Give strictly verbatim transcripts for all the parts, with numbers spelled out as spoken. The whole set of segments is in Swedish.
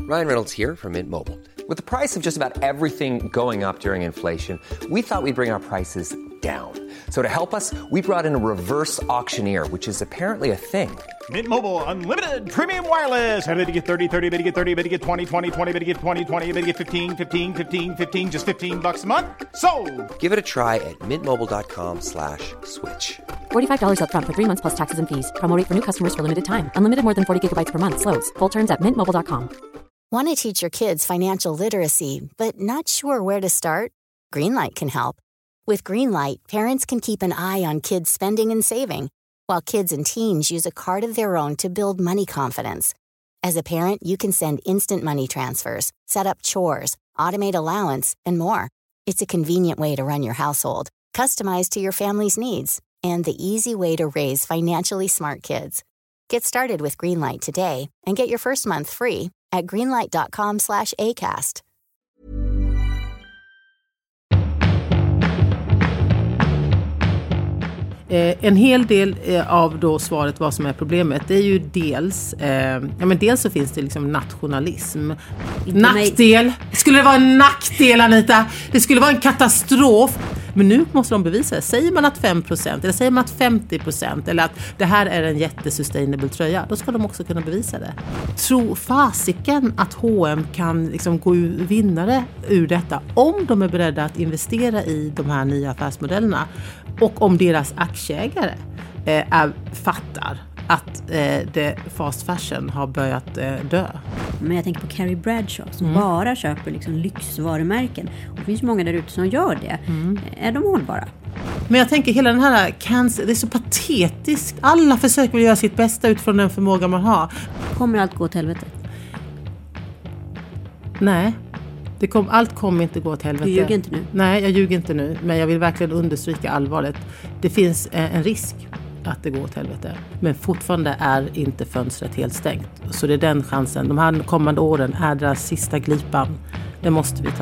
Ryan Reynolds here from Mint Mobile. With the price of just about everything going up during inflation, we thought we'd bring our prices down. So to help us, we brought in a reverse auctioneer, which is apparently a thing. Mint Mobile Unlimited Premium Wireless. How to get thirty, thirty, how to get thirty, how to get twenty, twenty, twenty, how to get twenty, twenty, how to get fifteen, fifteen, fifteen, fifteen, just fifteen bucks a month? Sold! Give it a try at mintmobile.com slash switch. forty-five dollars up front for three months plus taxes and fees. Promo rate for new customers for limited time. Unlimited more than forty gigabytes per month. Slows full terms at mint mobile dot com. Want to teach your kids financial literacy, but not sure where to start? Greenlight can help. With Greenlight, parents can keep an eye on kids' spending and saving, while kids and teens use a card of their own to build money confidence. As a parent, you can send instant money transfers, set up chores, automate allowance, and more. It's a convenient way to run your household, customized to your family's needs, and the easy way to raise financially smart kids. Get started with Greenlight today and get your first month free at greenlight.com slash ACAST. Eh, en hel del eh, av då svaret vad som är problemet, det är ju dels eh, ja, men dels så finns det liksom nationalism. Nackdel. Skulle det vara en nackdel, Anita? Det skulle vara en katastrof. Men nu måste de bevisa det. Säger man att fem procent eller säger man att femtio procent eller att det här är en jättesustainable tröja, då ska de också kunna bevisa det. Tro fasiken att H och M kan liksom gå vinnare ur detta om de är beredda att investera i de här nya affärsmodellerna och om deras aktieägare eh, är, fattar att eh, det fast fashion har börjat eh, dö. Men jag tänker på Carrie Bradshaw som mm. bara köper liksom lyxvarumärken. Och det finns många där ute som gör det. Mm. Är de hållbara? Men jag tänker hela den här cancer, det är så patetiskt. Alla försöker göra sitt bästa utifrån den förmåga man har. Kommer allt gå åt helvete? Nej. Det kom, allt kommer inte gå åt helvete. Du ljuger inte nu? Nej, jag ljuger inte nu. Men jag vill verkligen understryka allvaret. Det finns en, en risk att det går åt helvete. Men fortfarande är inte fönstret helt stängt. Så det är den chansen. De här kommande åren är deras sista glipan. Det måste vi ta.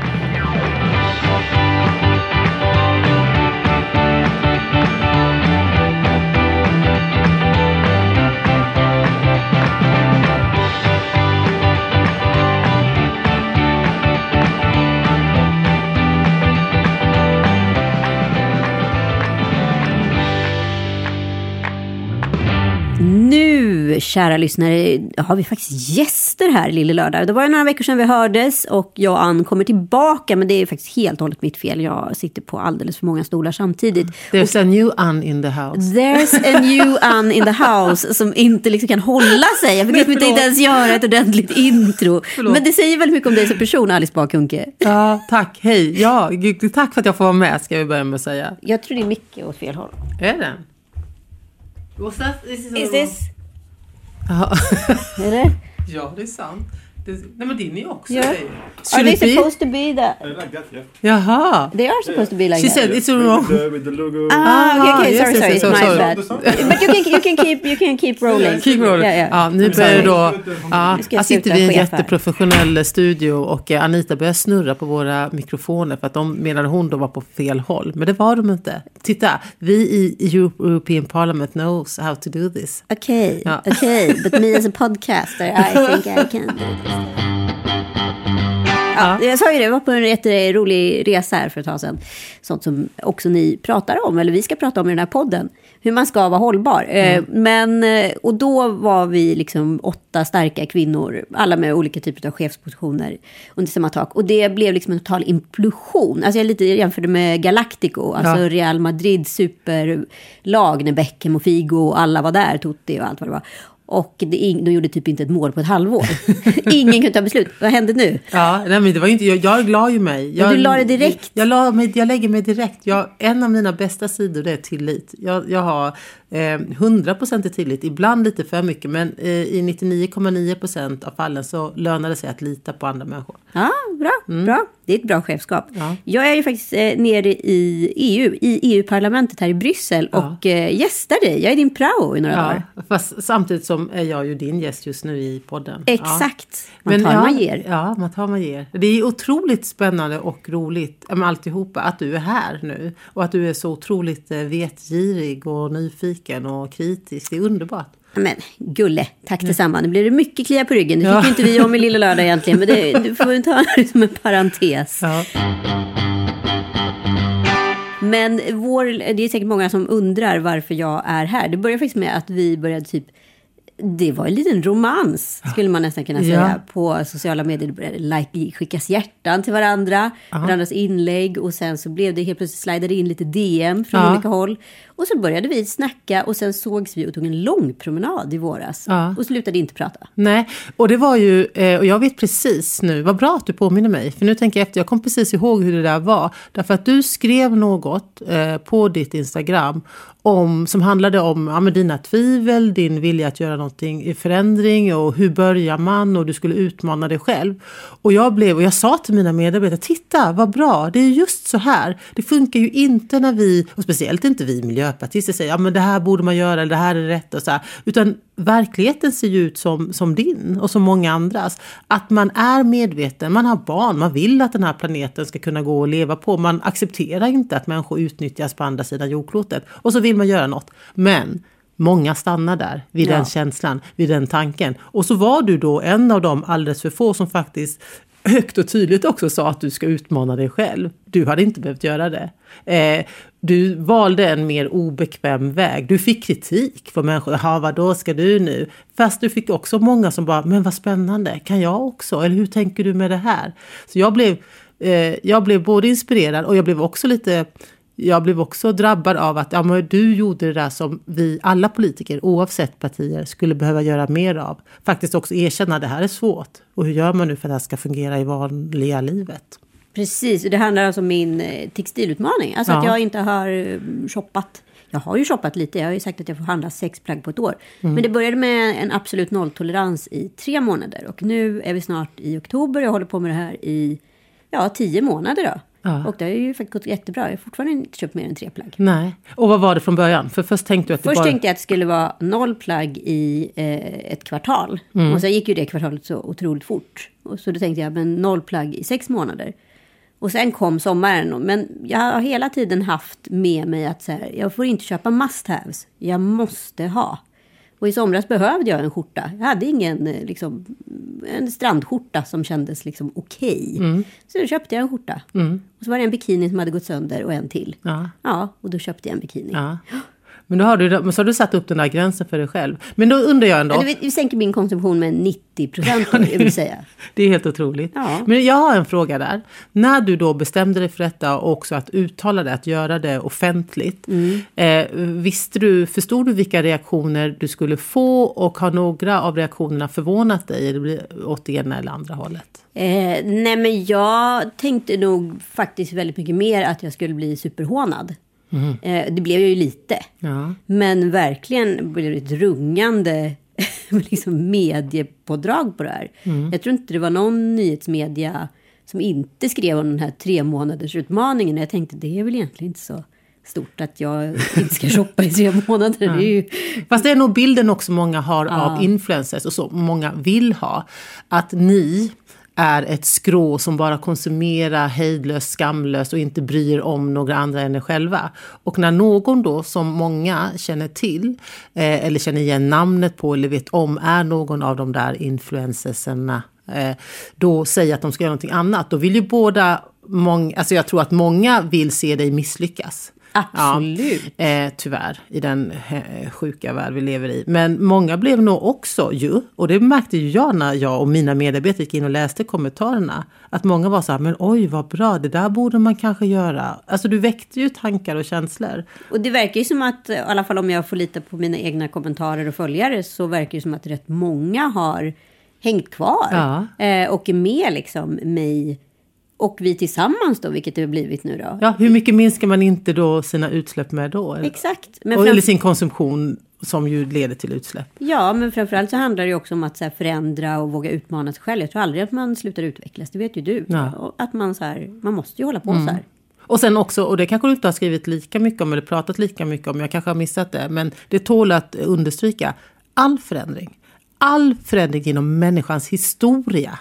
Nu, kära lyssnare, har vi faktiskt gäster här lille lördag. Det var ju några veckor sedan vi hördes och jag och Ann kommer tillbaka, men det är faktiskt helt och hållet mitt fel. Jag sitter på alldeles för många stolar samtidigt. There's och, a new Ann in the house. There's a new Ann in the house som inte liksom kan hålla sig. Jag fick inte ens göra ett ordentligt intro. Förlåt. Men det säger väldigt mycket om dig som person, Alice Bakunke. Ja, tack. Hej. Ja, tack för att jag får vara med, ska vi börja med att säga. Jag tror det är mycket åt fel håll. Är den? What's that? This is, is this? Ja. Är det? Ja, det är sant. Det, nej, men din är också. Yeah. Are they supposed to be that? I like that, yeah. Jaha. They are supposed to be like She that. She said it's wrong. With the, with the logo. Ah, okay, okay. Sorry, yes, sorry. yes, It's yes, my bad. But you can, you can keep, you can keep rolling. Keep rolling. Yeah, yeah. Ja, nu börjar då. Ja, här sitter vi i en jätteprofessionell studio och Anita börjar snurra på våra mikrofoner för att de menade hon då var på fel håll. Men det var de inte. Titta, vi i European Parliament knows how to do this. Okay, ja. okay. But me as a podcaster, I think I can do this. Ja, jag sa ju det, jag var på en jätterolig resa här för ett tag sedan. Sånt som också ni pratar om, eller vi ska prata om i den här podden. Hur man ska vara hållbar. Mm. Men, och då var vi liksom åtta starka kvinnor, alla med olika typer av chefspositioner under samma tak. Och det blev liksom en total implosion. Alltså jag lite jämförde med Galactico, alltså ja. Real Madrid superlag när Beckham och Figo och alla var där, Totti och allt vad det var. Och det, de gjorde typ inte ett mål på ett halvår. Ingen kunde ta beslut. Vad hände nu? Ja, nej, men det var ju inte, jag, jag la ju mig. Jag, men du la det direkt? Jag, jag, la mig, jag lägger mig direkt. Jag, en av mina bästa sidor, det är tillit. Jag, jag har eh, hundra procent tillit. Ibland lite för mycket. Men eh, i nittionio komma nio procent av fallen så lönar det sig att lita på andra människor. Ja, bra. Mm. bra. Det är ett bra chefskap. Ja. Jag är ju faktiskt eh, nere i E U, i E U-parlamentet här i Bryssel ja. och eh, gästar dig. Jag är din prao i några ja, dagar. Fast samtidigt som är jag ju din gäst just nu i podden. Exakt. Ja. Man tar ja, man ger. Ja, man tar man ger. Det är otroligt spännande och roligt med alltihopa att du är här nu. Och att du är så otroligt vetgirig och nyfiken och kritisk. Det är underbart. Men gulle, tack detsamma. Nu blir det mycket klia på ryggen. Det fick ja. ju inte vi om i Lilla Lördag egentligen. Men det, du får ta det som en parentes. Ja. Men vår, det är säkert många som undrar varför jag är här. Det började faktiskt med att vi började typ... Det var en liten romans, skulle man nästan kunna säga, ja. på sociala medier. Det började like, skickas hjärtan till varandra, Aha. varandras inlägg. Och sen så blev det helt plötsligt slidade in lite D M från ja. olika håll. Och så började vi snacka och sen sågs vi och tog en lång promenad i våras. Ja. Och slutade inte prata. Nej, och det var ju, och jag vet precis nu, vad bra att du påminner mig. För nu tänker jag efter, jag kom precis ihåg hur det där var. Därför att du skrev något eh, på ditt Instagram om, som handlade om ja, men dina tvivel, din vilja att göra någonting i förändring och hur börjar man och du skulle utmana dig själv. Och jag blev, och jag sa till mina medarbetare, titta vad bra, det är just så här. Det funkar ju inte när vi, och speciellt inte vi miljöpartister säger, ja men det här borde man göra eller det här är rätt och så här. Utan verkligheten ser ju ut som, som din och som många andras. Att man är medveten, man har barn, man vill att den här planeten ska kunna gå och leva på. Man accepterar inte att människor utnyttjas på andra sidan jordklotet. Och så vill man göra något. Men många stannar där vid ja. den känslan, vid den tanken. Och så var du då en av dem alldeles för få som faktiskt högt och tydligt också sa att du ska utmana dig själv. Du hade inte behövt göra det. Eh, du valde en mer obekväm väg. Du fick kritik från människor. Jaha, vad då ska du nu? Fast du fick också många som bara, men vad spännande. Kan jag också? Eller hur tänker du med det här? Så jag blev, eh, jag blev både inspirerad och jag blev också lite... Jag blev också drabbad av att ja, men du gjorde det där som vi alla politiker oavsett partier skulle behöva göra mer av. Faktiskt också erkänna att det här är svårt. Och hur gör man nu för att det här ska fungera i vanliga livet? Precis, det handlar alltså om min textilutmaning. Alltså ja. att jag inte har shoppat. Jag har ju shoppat lite, jag har ju sagt att jag får handla sex plagg på ett år. Mm. Men det började med en absolut nolltolerans i tre månader. Och nu är vi snart i oktober, jag håller på med det här i ja, tio månader då. Ja. Och det har ju faktiskt gått jättebra. Jag har fortfarande inte köpt mer än tre plagg. Nej. Och vad var det från början? För först tänkte du att det Först bara... tänkte jag att det skulle vara noll plagg i eh, ett kvartal. Mm. Och så gick ju det kvartalet så otroligt fort. Och så då tänkte jag, men noll plagg i sex månader. Och sen kom sommaren. Men jag har hela tiden haft med mig att så här, jag får inte köpa must-haves. Jag måste ha. Och i somras behövde jag en skjorta. Jag hade ingen liksom, en strandskjorta som kändes liksom okej. Mm. Så då köpte jag en skjorta. Mm. Och så var det en bikini som hade gått sönder och en till. Ja, ja och då köpte jag en bikini. Ja. Men då har du, men så har du satt upp den där gränsen för dig själv. Men då undrar jag ändå... Ja, vi sänker min konsumtion med nittio procent, jag vill säga. Det är helt otroligt. Ja. Men jag har en fråga där. När du då bestämde dig för detta och också att uttala det, att göra det offentligt. Mm. Eh, visste du, förstod du vilka reaktioner du skulle få och har några av reaktionerna förvånat dig eller åt det ena eller andra hållet? Eh, nej men jag tänkte nog faktiskt väldigt mycket mer att jag skulle bli superhånad. Mm. Eh, det blev ju lite. Ja. Men verkligen blev det ett rungande liksom mediepådrag på det här. Mm. Jag tror inte det var någon nyhetsmedia som inte skrev om den här tre månaders utmaningen. Jag tänkte det är väl egentligen inte så stort att jag inte ska shoppa i tre månader. Ja. Det är ju... Fast det är nog bilden också många har ja. av influencers och så många vill ha. Att ni är ett skrå som bara konsumerar hejdlöst, skamlöst och inte bryr om några andra än er själva. Och när någon då som många känner till eh, eller känner igen namnet på eller vet om är någon av de där influencerserna eh, då säger att de ska göra någonting annat. Då vill ju båda, många, alltså jag tror att många vill se dig misslyckas. Absolut. Ja, eh, tyvärr, i den eh, sjuka värld vi lever i. Men många blev nog också ju, och det märkte ju jag när jag och mina medarbetare gick in och läste kommentarerna, att många var så här, men oj vad bra, det där borde man kanske göra. Alltså du väckte ju tankar och känslor. Och det verkar ju som att, i alla fall om jag får lita på mina egna kommentarer och följare, så verkar det som att rätt många har hängt kvar. Ja. Eh, och är med liksom mig... Och vi tillsammans då, vilket det har blivit nu då. Ja, hur mycket minskar man inte då sina utsläpp med då? Eller? Exakt. Men framför... Eller sin konsumtion som ju leder till utsläpp. Ja, men framförallt så handlar det ju också om att så här, förändra och våga utmana sig själv. Jag tror aldrig att man slutar utvecklas, det vet ju du. Ja. Att man så här, man måste ju hålla på mm. så här. Och sen också, och det kanske du inte har skrivit lika mycket om eller pratat lika mycket om, jag kanske har missat det, men det tål att understryka all förändring. All förändring inom människans historia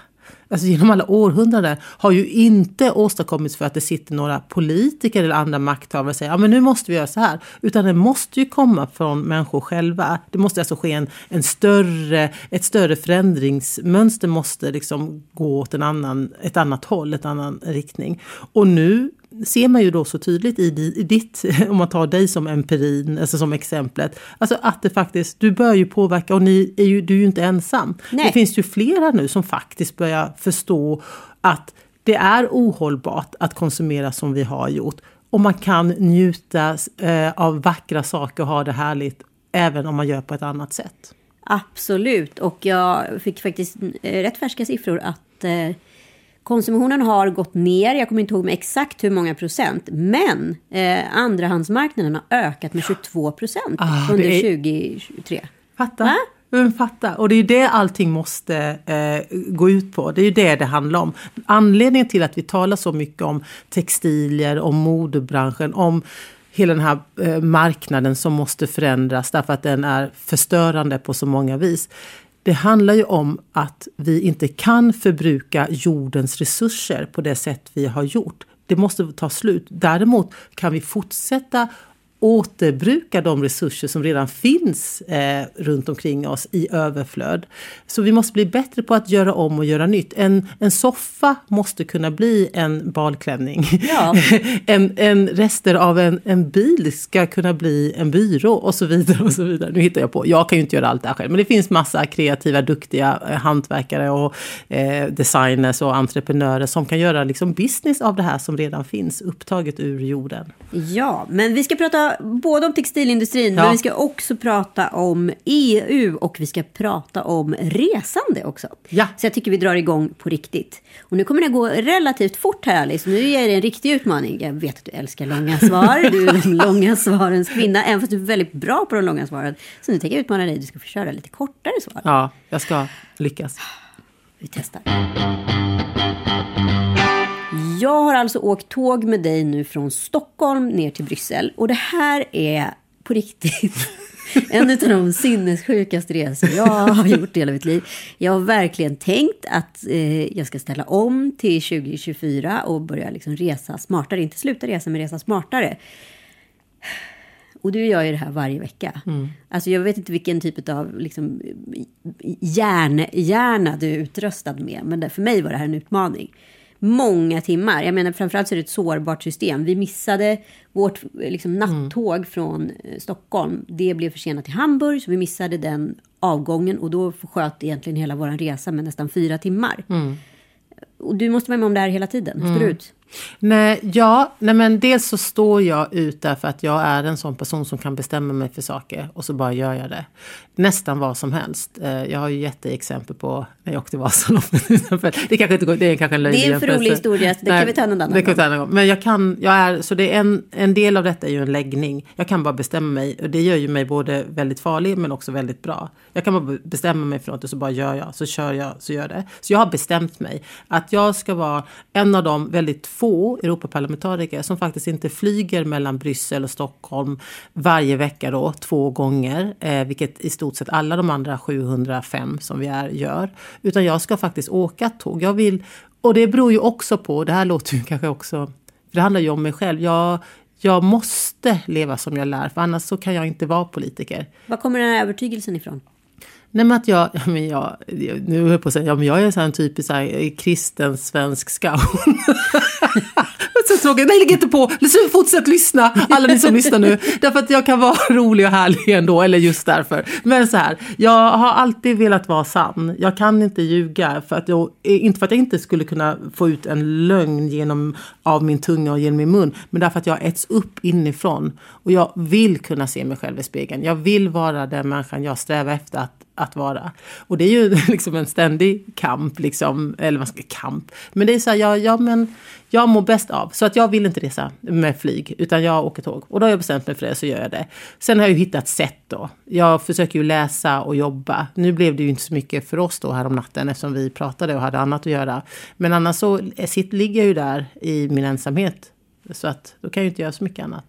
alltså genom alla århundraden har ju inte åstadkommits för att det sitter några politiker eller andra makthavare och säger ja men nu måste vi göra så här. Utan det måste ju komma från människor själva. Det måste alltså ske en, en större, ett större förändringsmönster måste liksom gå åt en annan, ett annat håll, ett annan riktning. Och nu ser man ju då så tydligt i, i ditt, om man tar dig som empirin, alltså som exemplet, alltså att det faktiskt, du börjar ju påverka och ni är ju, du är ju inte ensam. Nej. Det finns ju flera nu som faktiskt börjar förstå att det är ohållbart att konsumera som vi har gjort. Och man kan njuta eh, av vackra saker och ha det härligt även om man gör på ett annat sätt. Absolut, och jag fick faktiskt eh, rätt färska siffror att eh, konsumtionen har gått ner, jag kommer inte ihåg med exakt hur många procent, men eh, andrahandsmarknaden har ökat med tjugotvå procent ah, under är... tjugohundratjugotre. Fatta, Va? Men fatta. Och det är ju det allting måste eh, gå ut på. Det är ju det det handlar om. Anledningen till att vi talar så mycket om textilier, om modebranschen, om hela den här eh, marknaden som måste förändras därför att den är förstörande på så många vis. Det handlar ju om att vi inte kan förbruka jordens resurser på det sätt vi har gjort. Det måste ta slut. Däremot kan vi fortsätta återbruka de resurser som redan finns eh, runt omkring oss i överflöd. Så vi måste bli bättre på att göra om och göra nytt. En, en soffa måste kunna bli en balklänning. Ja. en, en rester av en, en bil ska kunna bli en byrå och så vidare och så vidare. Nu hittar jag på. Jag kan ju inte göra allt det här själv. Men det finns massa kreativa, duktiga eh, hantverkare och eh, designers och entreprenörer som kan göra liksom business av det här som redan finns upptaget ur jorden. Ja, men vi ska prata både om textilindustrin, ja. Men vi ska också prata om E U och vi ska prata om resande också. Ja. Så jag tycker vi drar igång på riktigt. Och nu kommer det gå relativt fort här, Alice. Nu är det en riktig utmaning. Jag vet att du älskar långa svar. Du är de långa svarens kvinna, även fast du är väldigt bra på de långa svaren. Så nu tänker jag utmana dig. Du ska få köra lite kortare svar. Ja, jag ska lyckas. Vi testar. Jag har alltså åkt tåg med dig nu från Stockholm ner till Bryssel. Och det här är på riktigt en av de sinnessjukaste resor jag har gjort i hela mitt liv. Jag har verkligen tänkt att eh, jag ska ställa om till tjugo tjugofyra och börja liksom resa smartare. Inte sluta resa, men resa smartare. Och du gör ju det här varje vecka. Mm. Alltså jag vet inte vilken typ av liksom, hjärn, hjärna du är utrustad med. Men det, för mig var det här en utmaning. Många timmar. Jag menar framförallt så är det ett sårbart system. Vi missade vårt liksom, nattåg mm. från eh, Stockholm. Det blev försenat till Hamburg så vi missade den avgången. Och då sköt egentligen hela vår resa med nästan fyra timmar. Mm. Och du måste vara med om det här hela tiden. Hur står det ut? Nej, ja, nej men dels så står jag ut därför att jag är en sån person som kan bestämma mig för saker och så bara gör jag det. Nästan vad som helst. Jag har ju jätteexempel på när jag åkte Vasaloppet till exempel. Det kanske inte går, det är kanske en löjlig Det är en för rolig historia, det nej, kan vi ta en annan det kan vi ta en annan gång. Men jag kan, jag är, så det är en, en del av detta är ju en läggning. Jag kan bara bestämma mig och det gör ju mig både väldigt farlig men också väldigt bra. Jag kan bara bestämma mig för något och så bara gör jag, så kör jag, så gör det. Så jag har bestämt mig att jag ska vara en av de väldigt få Europaparlamentariker som faktiskt inte flyger mellan Bryssel och Stockholm varje vecka då, två gånger, eh, vilket i stort sett alla de andra sjuhundrafem som vi är gör. Utan jag ska faktiskt åka tåg. Jag vill, och det beror ju också på, det här låter ju kanske också, för det handlar ju om mig själv. Jag, jag måste leva som jag lär, för annars så kan jag inte vara politiker. Var kommer den här övertygelsen ifrån? Nej men att jag, ja, men jag nu höll jag på att säga, ja men jag är så här en typisk så här, kristen svensk scout. Så tråkigt, nej lägg inte på, fortsätt lyssna, alla ni som lyssnar nu. Därför att jag kan vara rolig och härlig ändå, eller just därför. Men så här, jag har alltid velat vara sann. Jag kan inte ljuga, för att jag, inte för att jag inte skulle kunna få ut en lögn genom, av min tunga och genom min mun. Men därför att jag äts upp inifrån. Och jag vill kunna se mig själv i spegeln. Jag vill vara den människan jag strävar efter att att vara. Och det är ju liksom en ständig kamp liksom, eller vad ska kamp. Men det är så här, jag, ja, men jag mår bäst av. Så att jag vill inte resa med flyg, utan jag åker tåg. Och då har jag bestämt mig för det, så gör jag det. Sen har jag ju hittat sätt då. Jag försöker ju läsa och jobba. Nu blev det ju inte så mycket för oss då här om natten, eftersom vi pratade och hade annat att göra. Men annars så sitter, ligger jag ju där i min ensamhet. Så att då kan jag ju inte göra så mycket annat.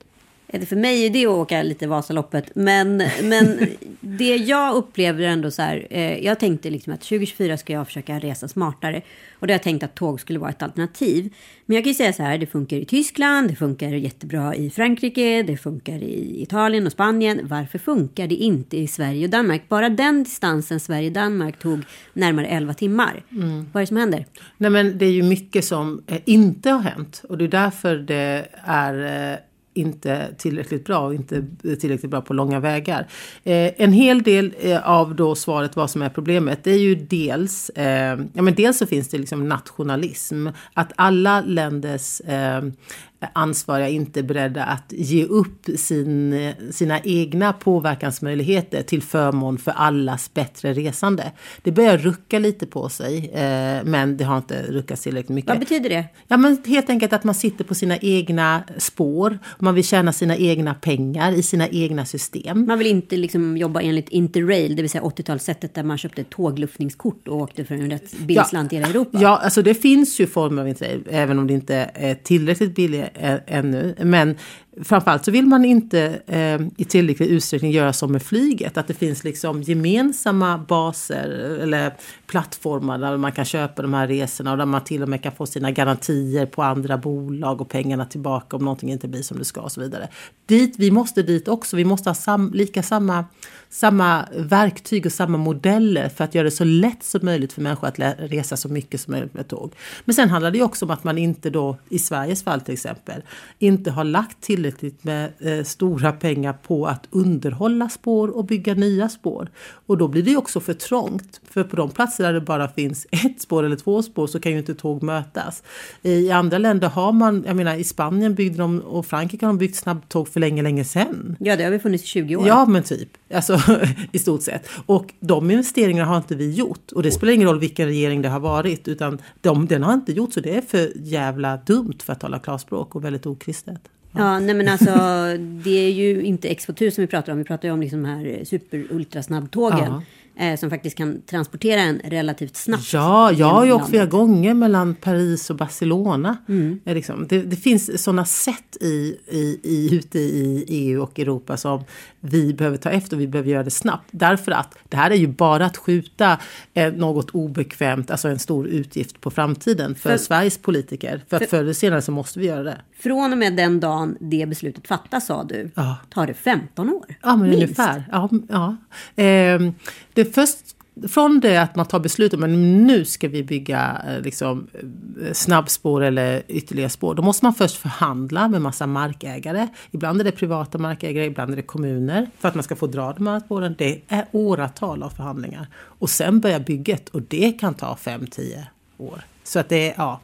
För mig är det att åka lite Vasaloppet. Men, men det jag upplever ändå så här. Eh, jag tänkte liksom att tjugo tjugofyra ska jag försöka resa smartare. Och då har jag tänkt att tåg skulle vara ett alternativ. Men jag kan ju säga så här. Det funkar i Tyskland. Det funkar jättebra i Frankrike. Det funkar i Italien och Spanien. Varför funkar det inte i Sverige och Danmark? Bara den distansen Sverige-Danmark tog närmare elva timmar. Mm. Vad är det som händer? Nej, men det är ju mycket som eh, inte har hänt. Och det är därför det är... Eh, inte tillräckligt bra och inte tillräckligt bra på långa vägar. Eh, en hel del eh, av då svaret vad som är problemet, det är ju dels, eh, ja men dels så finns det liksom nationalism. Att alla länders eh, ansvariga inte är beredda att ge upp sin, sina egna påverkansmöjligheter till förmån för allas bättre resande. Det börjar rucka lite på sig, eh, men det har inte ruckat tillräckligt mycket. Vad betyder det? Ja, men helt enkelt att man sitter på sina egna spår. Man vill tjäna sina egna pengar i sina egna system. Man vill inte liksom jobba enligt Interrail, det vill säga åttiotalssättet där man köpte tågluftningskort och åkte för en rätt billigt land i Europa. Ja, alltså det finns ju former av Interrail, även om det inte är tillräckligt billigt ännu. Men framförallt så vill man inte eh, i tillräcklig utsträckning göra som med flyget. Att det finns liksom gemensamma baser eller plattformar där man kan köpa de här resorna och där man till och med kan få sina garantier på andra bolag och pengarna tillbaka om någonting inte blir som det ska och så vidare. Dit, vi måste dit också. Vi måste ha sam, lika samma, samma verktyg och samma modeller för att göra det så lätt som möjligt för människor att resa så mycket som möjligt med tåg. Men sen handlar det ju också om att man inte då, i Sveriges fall till exempel, inte har lagt till med eh, stora pengar på att underhålla spår och bygga nya spår. Och då blir det ju också för trångt. För på de platser där det bara finns ett spår eller två spår så kan ju inte tåg mötas. I andra länder har man, jag menar i Spanien byggde de och Frankrike har de byggt snabbtåg för länge, länge sedan. Ja, det har vi funnits i tjugo år. Ja, men typ. Alltså i stort sett. Och de investeringarna har inte vi gjort. Och det spelar ingen roll vilken regering det har varit. Utan de, den har inte gjort, så det är för jävla dumt för att tala klarspråk och väldigt okristet. Ja, nej men alltså det är ju inte X tvåtusen vi pratar om. Vi pratar ju om liksom de här super-ultrasnabbtågen. Ja. Eh, som faktiskt kan transportera en relativt snabbt. Ja, jag har ju åkt flera gånger mellan Paris och Barcelona. Mm. Eh, liksom. det, det finns sådana sätt i, i, i, ute i E U och Europa som vi behöver ta efter och vi behöver göra det snabbt. Därför att det här är ju bara att skjuta eh, något obekvämt, alltså en stor utgift på framtiden för, för Sveriges politiker. För, för att förr eller senare så måste vi göra det. Från och med den dagen det beslutet fattas, sa du, ja. Tar det femton år. Ja, men ungefär. Ja, ja. Eh, det är först från det att man tar beslutet, men nu ska vi bygga liksom, snabbspår eller ytterligare spår. Då måste man först förhandla med massa markägare. Ibland är det privata markägare, ibland är det kommuner. För att man ska få dra de här spåren. Det är åratal av förhandlingar. Och sen börjar bygget och det kan ta fem till tio år. Så att det är, ja...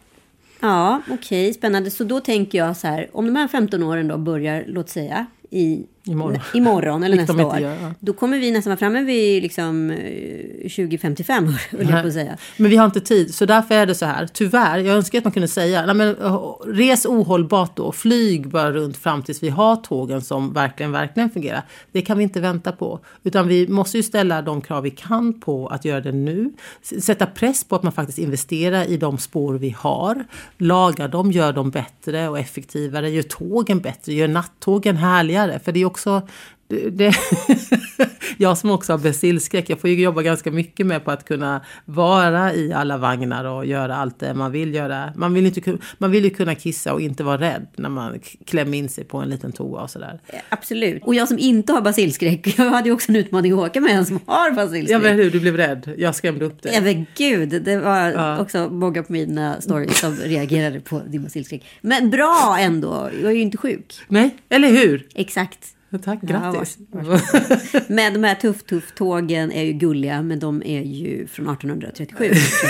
Ja, okej, okay, spännande. Så då tänker jag så här, om de här femton åren då börjar, låt säga, i imorgon, imorgon eller nästa år, gör, ja. Då kommer vi nästan vara framme vid liksom tjugo femtiofem år, vill jag på säga. Men vi har inte tid, så därför är det så här. Tyvärr, jag önskar att man kunde säga, nej men, res ohållbart då, flyg bara runt fram tills vi har tågen som verkligen, verkligen fungerar. Det kan vi inte vänta på. Utan vi måste ju ställa de krav vi kan på att göra det nu. Sätta press på att man faktiskt investerar i de spår vi har. Lagar dem, gör dem bättre och effektivare. Gör tågen bättre, gör nattågen härligare. För det är också... Det, det jag som också har basilskräck, jag får ju jobba ganska mycket med på att kunna vara i alla vagnar och göra allt det man vill göra. Man vill, inte, man vill ju kunna kissa och inte vara rädd när man klämmer in sig på en liten toa och sådär. Absolut. Och jag som inte har basilskräck, jag hade ju också en utmaning att åka med en som har basilskräck. Ja, men hur, du blev rädd. Jag skrämde upp dig. Ja, men gud, det var ja. också många på mina stories som reagerade på din basilskräck. Men bra ändå, jag är ju inte sjuk. Nej, eller hur? Exakt. Tack, grattis. Ja, var, var. Men de här tuff-tuff-tågen är ju gulliga, men de är ju från arton trettiosju.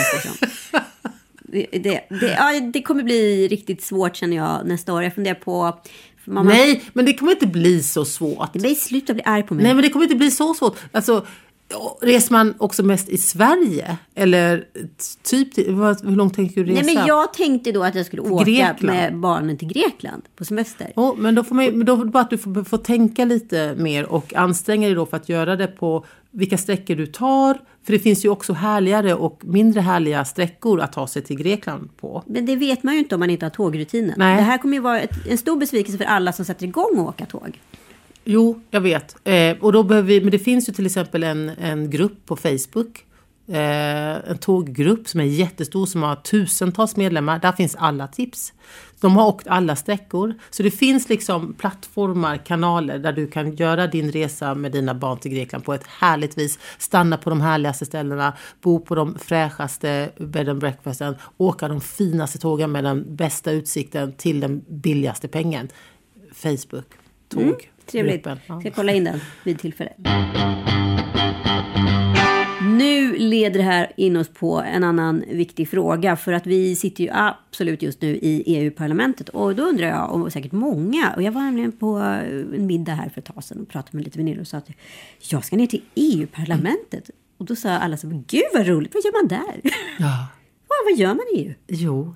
det, det, det, ja, det kommer bli riktigt svårt, känner jag, nästa år. Jag funderar på... Mamma, nej, men det kommer inte bli så svårt. Det blir sluta bli arg på mig. Nej, men det kommer inte bli så svårt. Alltså... reser man också mest i Sverige? Eller typ, hur långt tänker du resa? Nej, men jag tänkte då att jag skulle åka Grekland. med barnen till Grekland på semester. Oh, men då får man då bara att du får, får tänka lite mer och anstränga dig då för att göra det på vilka sträckor du tar. För det finns ju också härligare och mindre härliga sträckor att ta sig till Grekland på. Men det vet man ju inte om man inte har tågrutinen. Nej. Det här kommer ju vara ett, en stor besvikelse för alla som sätter igång och åka tåg. Jo, jag vet. Eh, och då behöver vi, men det finns ju till exempel en, en grupp på Facebook. Eh, en tåggrupp som är jättestor som har tusentals medlemmar. Där finns alla tips. De har åkt alla sträckor. Så det finns liksom plattformar, kanaler där du kan göra din resa med dina barn till Grekland på ett härligt vis. Stanna på de härligaste ställena, bo på de fräschaste bed and breakfasten, åka de finaste tågen med den bästa utsikten till den billigaste pengen. Facebook, tåg. Mm. Trevligt. Ja. Ska kolla in den vid tillfälle. Nu leder det här in oss på en annan viktig fråga. För att vi sitter ju absolut just nu i E U-parlamentet. Och då undrar jag, och säkert många. Och jag var nämligen på en middag här för ett tag sedan och pratade med lite vänner och sa att jag ska ner till E U-parlamentet. Och då sa alla så, gud vad roligt, vad gör man där? Ja. vad, vad gör man i E U? Jo,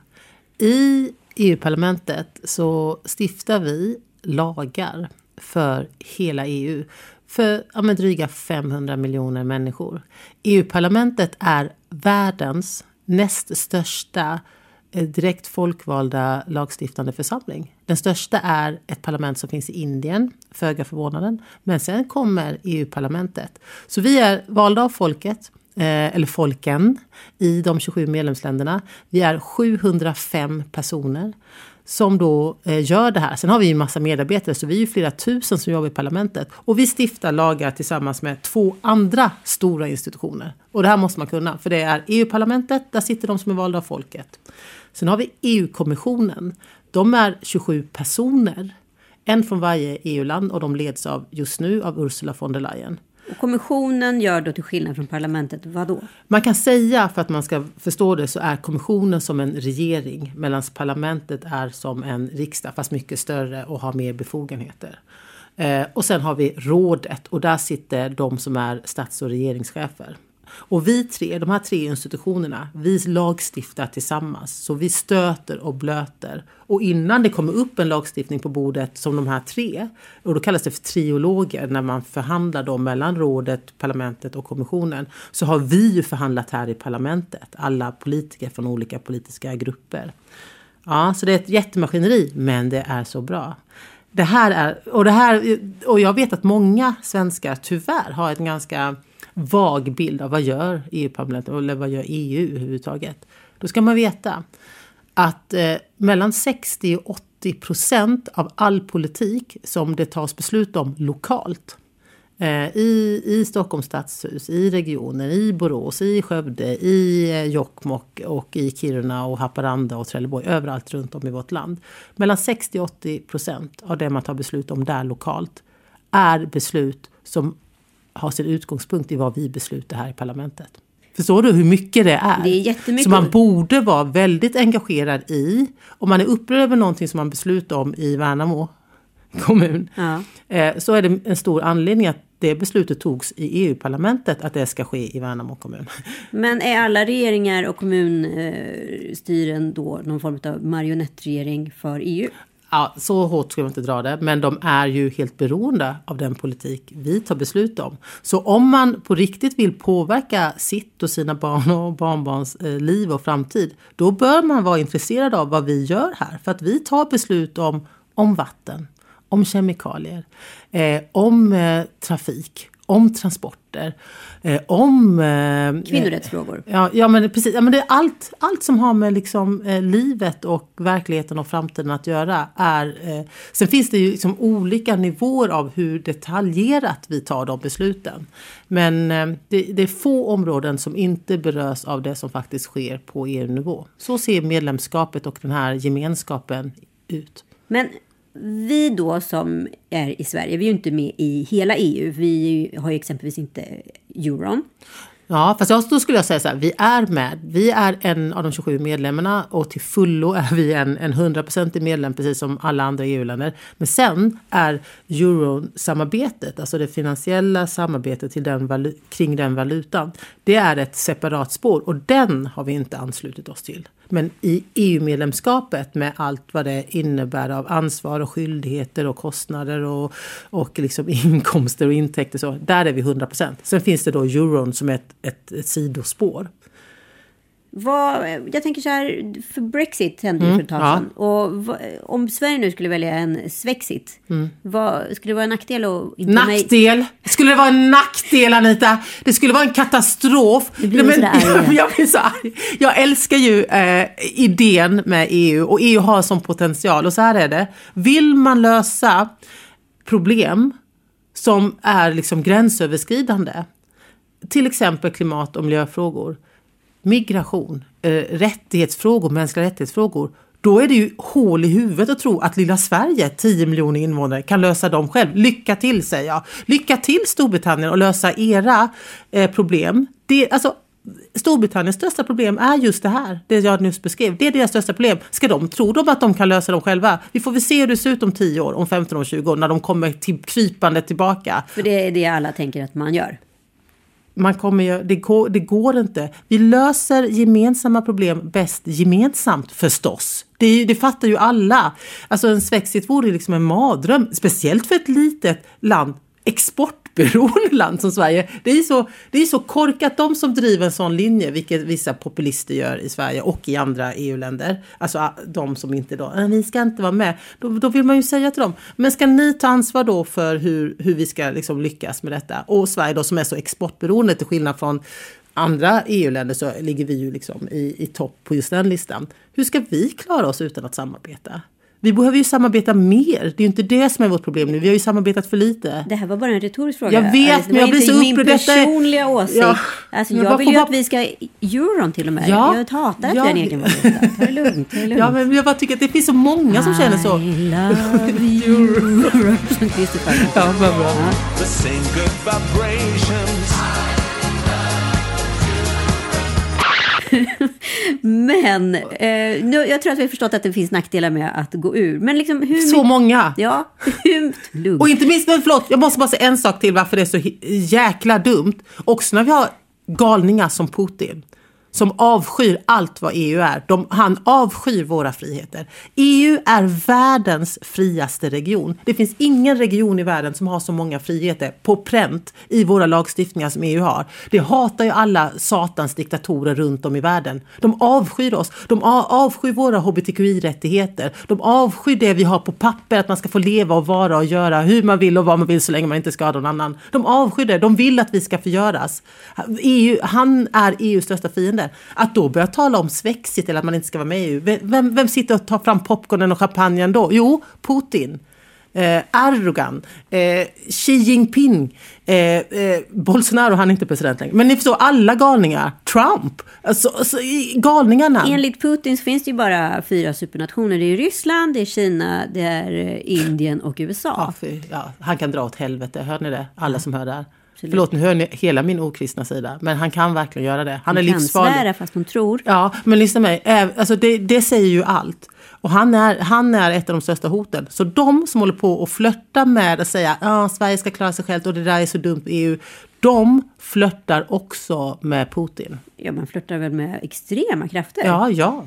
i E U-parlamentet så stiftar vi lagar för hela E U. För ja, men dryga femhundra miljoner människor. E U-parlamentet är världens näst största eh, direkt folkvalda lagstiftande församling. Den största är ett parlament som finns i Indien, föga förvånande. Men sen kommer E U-parlamentet. Så vi är valda av folket, eh, eller folken, i de tjugosju medlemsländerna. Vi är sjuhundrafem personer som då eh, gör det här. Sen har vi ju en massa medarbetare, så vi är ju flera tusen som jobbar i parlamentet. Och vi stiftar lagar tillsammans med två andra stora institutioner. Och det här måste man kunna, för det är E U-parlamentet, där sitter de som är valda av folket. Sen har vi E U-kommissionen. De är tjugosju personer, en från varje E U-land, och de leds av just nu av Ursula von der Leyen. Och kommissionen gör då till skillnad från parlamentet, vad då? Man kan säga, för att man ska förstå det, så är kommissionen som en regering, medan parlamentet är som en riksdag, fast mycket större och har mer befogenheter. Eh, och sen har vi rådet, och där sitter de som är stats- och regeringschefer. Och vi tre, de här tre institutionerna, vi lagstiftar tillsammans. Så vi stöter och blöter. Och innan det kommer upp en lagstiftning på bordet som de här tre, och då kallas det för triologer, när man förhandlar då mellan rådet, parlamentet och kommissionen, så har vi ju förhandlat här i parlamentet. Alla politiker från olika politiska grupper. Ja, så det är ett jättemaskineri, men det är så bra. Det här är, och det här, och jag vet att många svenskar tyvärr har ett ganska vag bild av vad gör E U-parlamentet eller vad gör E U överhuvudtaget. Då ska man veta att eh, mellan sextio och åttio procent av all politik som det tas beslut om lokalt eh, i, i Stockholms stadshus, i regionen, i Borås, i Skövde, i eh, Jokkmokk och i Kiruna och Haparanda och Trelleborg, överallt runt om i vårt land. Mellan sextio och åttio procent av det man tar beslut om där lokalt är beslut som har sin utgångspunkt i vad vi beslutar här i parlamentet. Förstår du hur mycket det är? Det är jättemycket. Så man borde vara väldigt engagerad i. Om man är upprörd över någonting som man beslutar om i Värnamo kommun. Ja. Eh, så är det en stor anledning att det beslutet togs i E U-parlamentet att det ska ske i Värnamo kommun. Men är alla regeringar och kommunstyren då någon form av marionettregering för E U? Ja, så hårt ska man inte dra det. Men de är ju helt beroende av den politik vi tar beslut om. Så om man på riktigt vill påverka sitt och sina barn och barnbarns eh, liv och framtid, då bör man vara intresserad av vad vi gör här. För att vi tar beslut om, om vatten, om kemikalier, eh, om eh, trafik, om transporter, eh, om... Eh, Kvinnorättsfrågor. Ja, ja, men precis. Ja, men det är allt, allt som har med liksom, eh, livet och verkligheten och framtiden att göra. Är, eh, sen finns det ju liksom olika nivåer av hur detaljerat vi tar de besluten. Men eh, det, det är få områden som inte berörs av det som faktiskt sker på E U-nivå. Så ser medlemskapet och den här gemenskapen ut. Men vi då som är i Sverige, vi är ju inte med i hela E U. Vi har ju exempelvis inte euron. Ja, fast jag, då skulle jag säga så här, vi är med. Vi är en av de tjugosju medlemmarna och till fullo är vi en, en hundra procent medlem precis som alla andra E U-länder. Men sen är eurosamarbetet, alltså det finansiella samarbetet till den valu- kring den valutan, det är ett separat spår och den har vi inte anslutit oss till. Men i E U-medlemskapet med allt vad det innebär av ansvar och skyldigheter och kostnader och, och liksom inkomster och intäkter, så där är vi hundra procent. Sen finns det då euron som är ett, ett, ett sidospår. Vad, jag tänker så här, för Brexit hände ju Mm, för ett tag sedan. Ja. Och vad, om Sverige nu skulle välja en Svexit, mm. vad, skulle det vara en nackdel? Och inte nackdel? Mig... Skulle det vara en nackdel, Anita? Det skulle vara en katastrof. Det blir men, jag, jag blir så arg. Jag älskar ju eh, idén med E U och E U har som potential. Och så här är det. Vill man lösa problem som är liksom gränsöverskridande, till exempel klimat- och miljöfrågor, migration, eh, rättighetsfrågor, mänskliga rättighetsfrågor, då är det ju hål i huvudet att tro att lilla Sverige, tio miljoner invånare, kan lösa dem själv. Lycka till, säger jag. Lycka till Storbritannien och lösa era eh, problem. Det, alltså, Storbritanniens största problem är just det här, det jag nyss beskrev. Det är deras största problem. Ska de tro de att de kan lösa dem själva? Vi får väl se hur det ser ut om tio år, om femton år, tjugo år, när de kommer till, krypande tillbaka. För det är det alla tänker att man gör. Man kommer, det, går, det går inte. Vi löser gemensamma problem bäst gemensamt förstås. Det, det fattar ju alla. Alltså en Svexit vore liksom en mardröm. Speciellt för ett litet land, exportberoende land som Sverige. Det är så, det är så korkat, de som driver en sån linje, vilket vissa populister gör i Sverige och i andra E U-länder. Alltså de som inte då, vi ska inte vara med. Då, då vill man ju säga till dem, men ska ni ta ansvar då för hur, hur vi ska liksom lyckas med detta? Och Sverige då som är så exportberoende, till skillnad från andra E U-länder, så ligger vi ju liksom i, i topp på just den listan. Hur ska vi klara oss utan att samarbeta? Vi behöver ju samarbeta mer. Det är ju inte det som är vårt problem nu. Vi har ju samarbetat för lite. Det här var bara en retorisk fråga. Jag vet, alltså, men jag blir så upprörd. Min personliga är... åsikt. Ja. Alltså, jag vill ju bara... att vi ska euron till och med. Ja. Jag hatar ja. en egen valuta. Ta det lugnt, ta det lugnt. Ja, men jag bara tycker att det finns så många som känner så. I love you. Som Christer. Ja, vad bra. The same good vibrations. Men eh, nu, jag tror att vi har förstått att det finns nackdelar med att gå ur. Men liksom, hur så många. Ja, hur lugnt. Och inte minst, men förlåt, jag måste bara säga en sak till varför det är så jäkla dumt. Också när vi har galningar som Putin, som avskyr allt vad E U är. De, han avskyr våra friheter. E U är världens friaste region. Det finns ingen region i världen som har så många friheter på pränt i våra lagstiftningar som E U har. Det hatar ju alla satans diktatorer runt om i världen. De avskyr oss. De avskyr våra H B T Q I-rättigheter. De avskyr det vi har på papper, att man ska få leva och vara och göra hur man vill och vad man vill så länge man inte skadar någon annan. De avskyr det. De vill att vi ska förgöras. E U, han är E U:s största fiende. Att då börja tala om Svexit eller att man inte ska vara med i E U. Vem, vem sitter och tar fram popcornen och champagnen då? Jo, Putin, eh, Erdogan, eh, Xi Jinping, eh, eh, Bolsonaro, han är inte president längre. Men ni förstår, alla galningar. Trump, alltså, alltså, galningarna. Enligt Putin finns det ju bara fyra supernationer. Det är Ryssland, det är Kina, det är Indien och U S A. Ja, för, ja, han kan dra åt helvete, hör ni det? Alla som hör det här. Absolut. Förlåt, nu hör ni hela min okristna sida. Men han kan verkligen göra det. Han, han är livsfarlig. Han kan svära fast hon tror. Ja, men lyssna mig. Alltså det, det säger ju allt. Och han är, han är ett av de största hoten. Så de som håller på och flörta med att säga att ah, Sverige ska klara sig själv och det där är så dumt E U. De flörtar också med Putin. Ja, man flörtar väl med extrema krafter. Ja, ja.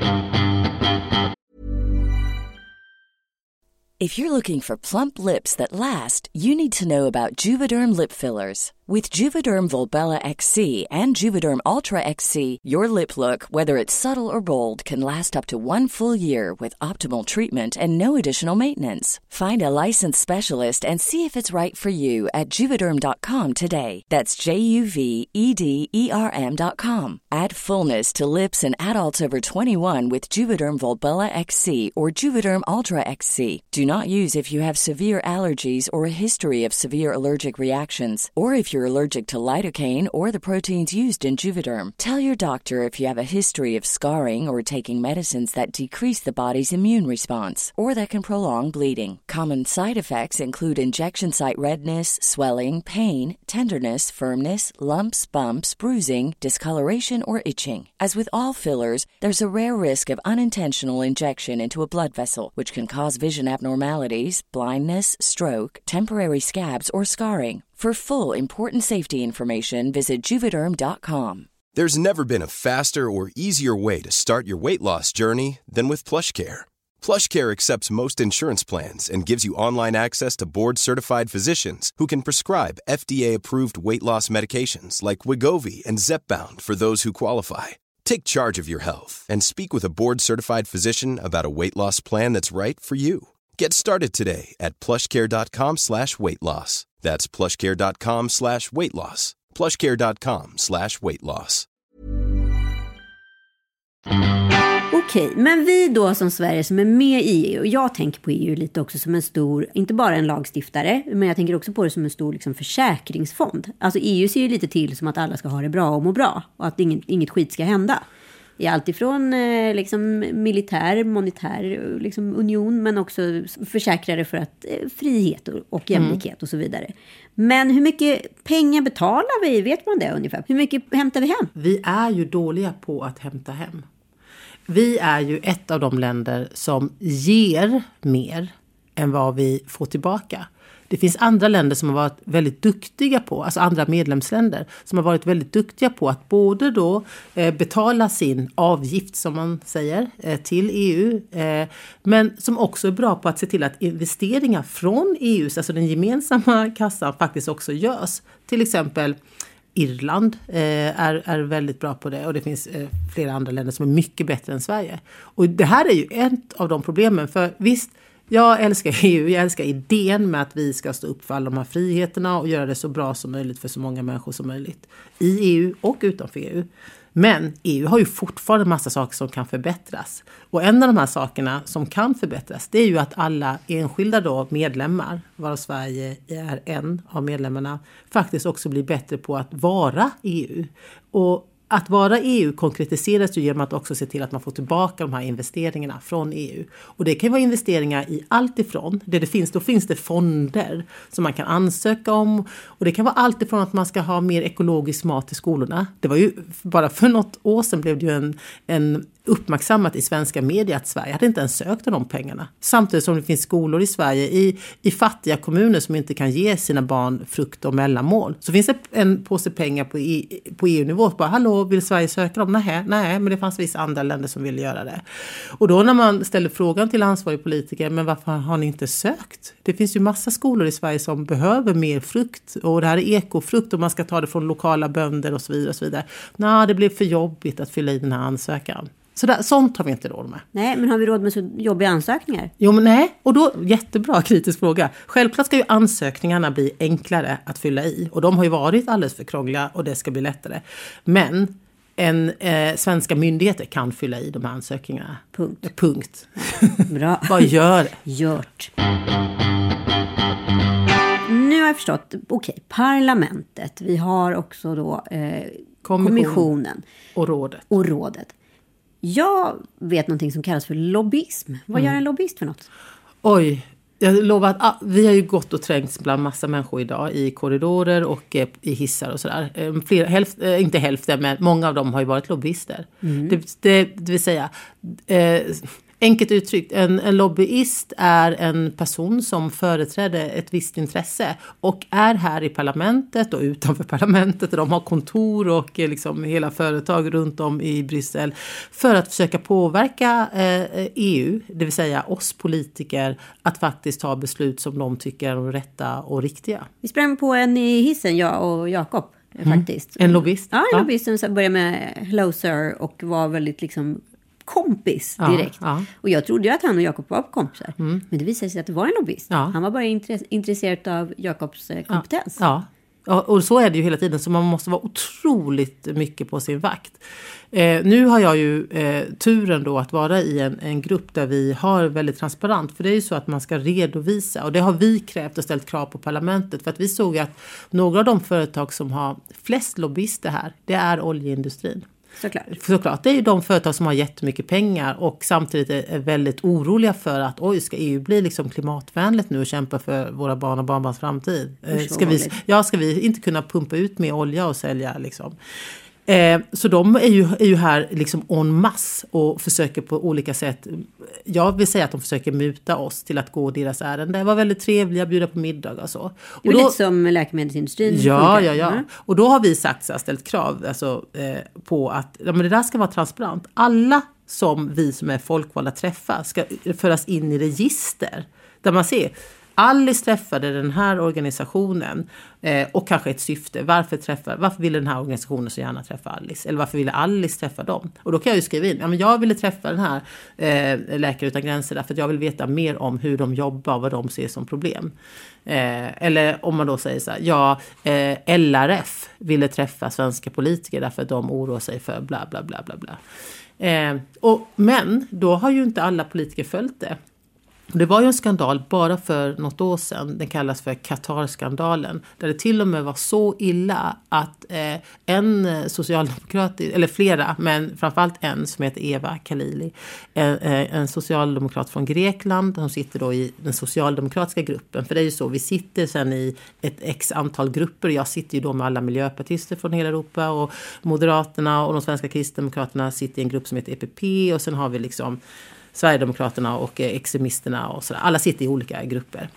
If you're looking for plump lips that last, you need to know about Juvederm lip fillers. With Juvederm Volbella X C and Juvederm Ultra X C, your lip look, whether it's subtle or bold, can last up to one full year with optimal treatment and no additional maintenance. Find a licensed specialist and see if it's right for you at juvederm dot com today. That's J U V E D E R M dot com. Add fullness to lips in adults over twenty-one with Juvederm Volbella X C or Juvederm Ultra X C. Do not use if you have severe allergies or a history of severe allergic reactions, or if you're you're allergic to lidocaine or the proteins used in Juvederm. Tell your doctor if you have a history of scarring or taking medicines that decrease the body's immune response or that can prolong bleeding. Common side effects include injection site redness, swelling, pain, tenderness, firmness, lumps, bumps, bruising, discoloration, or itching. As with all fillers, there's a rare risk of unintentional injection into a blood vessel, which can cause vision abnormalities, blindness, stroke, temporary scabs, or scarring. For full, important safety information, visit Juvederm dot com. There's never been a faster or easier way to start your weight loss journey than with PlushCare. PlushCare accepts most insurance plans and gives you online access to board-certified physicians who can prescribe F D A-approved weight loss medications like Wegovy and Zepbound for those who qualify. Take charge of your health and speak with a board-certified physician about a weight loss plan that's right for you. Get started today at plushcare.com slash weight loss. That's plushcare.com slash weight loss. plushcare.com slash weight loss. Okej, men vi då som Sverige som är med i E U, och jag tänker på E U lite också som en stor, inte bara en lagstiftare, men jag tänker också på det som en stor liksom, försäkringsfond. Alltså E U ser ju lite till som att alla ska ha det bra och må bra och att inget, inget skit ska hända. I allt ifrån eh, liksom, militär, monetär liksom, union, men också försäkrare för att eh, frihet och, och jämlikhet mm. och så vidare. Men hur mycket pengar betalar vi? Vet man det ungefär? Hur mycket hämtar vi hem? Vi är ju dåliga på att hämta hem. Vi är ju ett av de länder som ger mer än vad vi får tillbaka. Det finns andra länder som har varit väldigt duktiga på, alltså andra medlemsländer som har varit väldigt duktiga på att både då eh, betala sin avgift som man säger eh, till E U, eh, men som också är bra på att se till att investeringar från E U:s, alltså den gemensamma kassan, faktiskt också görs. Till exempel Irland eh, är, är väldigt bra på det, och det finns eh, flera andra länder som är mycket bättre än Sverige. Och det här är ju ett av de problemen, för visst, jag älskar E U, jag älskar idén med att vi ska stå upp för alla de här friheterna och göra det så bra som möjligt för så många människor som möjligt i E U och utanför E U. Men E U har ju fortfarande en massa saker som kan förbättras. Och en av de här sakerna som kan förbättras, det är ju att alla enskilda då medlemmar, varav Sverige är en av medlemmarna, faktiskt också blir bättre på att vara E U. Och att vara E U konkretiseras ju genom att också se till att man får tillbaka de här investeringarna från E U. Och det kan vara investeringar i allt ifrån. Det det finns, då finns det fonder som man kan ansöka om. Och det kan vara allt ifrån att man ska ha mer ekologisk mat i skolorna. Det var ju bara för något år sedan blev det ju en, en uppmärksammat i svenska media att Sverige hade inte ens sökt av de pengarna. Samtidigt som det finns skolor i Sverige i, i fattiga kommuner som inte kan ge sina barn frukt och mellanmål. Så finns det en påse pengar på, i, på E U-nivå. Bara, hallå, vill Sverige söka dem? Nej, nej, men det fanns vissa andra länder som ville göra det. Och då när man ställer frågan till ansvarig politiker, men varför har ni inte sökt? Det finns ju massa skolor i Sverige som behöver mer frukt. Och det här är ekofrukt och man ska ta det från lokala bönder och så vidare. Och så vidare. Nej, det blev för jobbigt att fylla i den här ansökan. Så där, sånt har vi inte råd med. Nej, men har vi råd med så jobbiga ansökningar? Jo, men nej. Och då, jättebra kritisk fråga. Självklart ska ju ansökningarna bli enklare att fylla i. Och de har ju varit alldeles för krångliga och det ska bli lättare. Men en eh, svenska myndigheter kan fylla i de här ansökningarna. Punkt. Eh, punkt. Bra. Vad gör det? Gjort. Nu har jag förstått, okej, okay, parlamentet. Vi har också då eh, Kommission. kommissionen. Och rådet. Och rådet. Jag vet någonting som kallas för lobbyism. Vad gör en lobbyist för något? Oj, jag lovar att ah, vi har ju gått och trängts bland massa människor idag i korridorer och eh, i hissar och sådär. Eh, flera, hälft, eh, inte hälften, men många av dem har ju varit lobbyister. Mm. Det, det, det vill säga, eh, enkelt uttryckt, en, en lobbyist är en person som företräder ett visst intresse och är här i parlamentet och utanför parlamentet, och de har kontor och eh, liksom hela företag runt om i Bryssel för att försöka påverka eh, E U, det vill säga oss politiker, att faktiskt ta beslut som de tycker är rätta och riktiga. Vi sprang på en i hissen, jag och Jakob. Mm. Faktiskt. En lobbyist? Ja, en ja. lobbyist som började med hello sir och var väldigt liksom kompis direkt. Ja, ja. Och jag trodde ju att han och Jakob var kompisar. Mm. Men det visade sig att det var en lobbyist. Ja. Han var bara intress- intresserad av Jakobs eh, kompetens. Ja. Ja. Ja, och så är det ju hela tiden, så man måste vara otroligt mycket på sin vakt. Eh, nu har jag ju eh, turen då att vara i en, en grupp där vi har väldigt transparent, för det är ju så att man ska redovisa, och det har vi krävt och ställt krav på parlamentet, för att vi såg att några av de företag som har flest lobbyister här, det är oljeindustrin. Såklart. Såklart, det är ju de företag som har jättemycket pengar och samtidigt är väldigt oroliga för att oj, ska E U bli liksom klimatvänligt nu och kämpa för våra barn och barnbarns framtid? Ska vi, ja, ska vi inte kunna pumpa ut mer olja och sälja liksom? Eh, så de är ju, är ju här liksom en masse och försöker på olika sätt, jag vill säga att de försöker muta oss till att gå deras ärende. Det var väldigt trevliga, bjuda på middag och så. Det är lite som läkemedelsindustrin. Ja, ja, ja. Mm. Och då har vi sagt så här, ställt krav alltså, eh, på att ja, men det där ska vara transparent. Alla som vi som är folkvalda träffar ska föras in i register där man ser Alice träffade den här organisationen eh, och kanske ett syfte. Varför, träffa, varför ville den här organisationen så gärna träffa Alice? Eller varför ville Alice träffa dem? Och då kan jag ju skriva in, ja, men jag ville träffa den här eh, Läkare utan gränser därför att jag vill veta mer om hur de jobbar och vad de ser som problem. Eh, eller om man då säger så här, ja, eh, L R F ville träffa svenska politiker därför att de oroar sig för bla bla bla bla bla. Eh, och, men då har ju inte alla politiker följt det. Det var ju en skandal bara för något år sedan, den kallas för Qatar-skandalen, där det till och med var så illa att eh, en socialdemokrat, eller flera, men framförallt en som heter Eva Kalili, en, en socialdemokrat från Grekland, hon sitter då i den socialdemokratiska gruppen, för det är ju så, vi sitter sen i ett x antal grupper, jag sitter ju då med alla miljöpartister från hela Europa och Moderaterna och de svenska kristdemokraterna sitter i en grupp som heter E P P och sen har vi liksom Sverigedemokraterna och extremisterna och sådär. Alla sitter i olika grupper.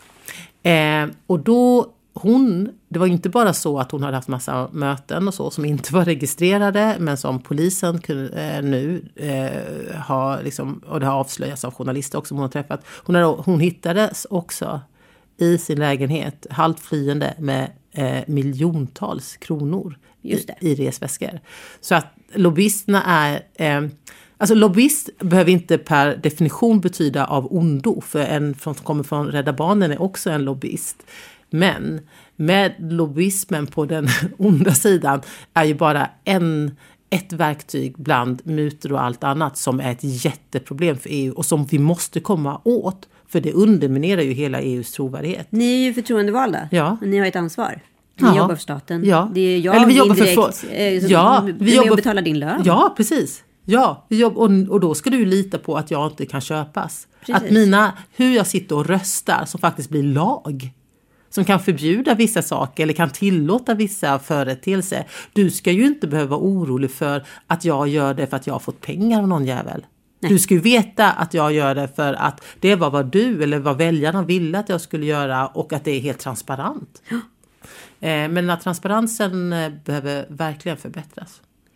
Eh, och då hon, det var inte bara så att hon hade haft massa möten och så som inte var registrerade, men som polisen kunde, eh, nu eh, har liksom, och det har avslöjats av journalister också som hon har träffat. Hon, hade, hon hittades också i sin lägenhet halvt flyende med eh, miljontals kronor i, i resväskor. Så att lobbyisterna är... Eh, Alltså lobbyist behöver inte per definition betyda av ondo, för en som kommer från Rädda Barnen är också en lobbyist. Men med lobbyismen på den onda sidan är ju bara en, ett verktyg bland mutor och allt annat som är ett jätteproblem för E U och som vi måste komma åt, för det underminerar ju hela E U:s trovärdighet. Ni är ju förtroendevalda, ja. Men ni har ett ansvar. Ni ja. jobbar för staten. Ja. Det är jag Eller vi jobbar indirekt, för... eh, ja, vi jobbar... och betalar din lön. Ja, precis. Ja, och, och då ska du lita på att jag inte kan köpas. Precis. Att mina, hur jag sitter och röstar som faktiskt blir lag. Som kan förbjuda vissa saker eller kan tillåta vissa företeelser. Du ska ju inte behöva vara orolig för att jag gör det för att jag har fått pengar av någon jävel. Nej. Du ska ju veta att jag gör det för att det var vad du eller vad väljarna ville att jag skulle göra och att det är helt transparent. Ja. Eh, men att transparensen behöver verkligen förbättras.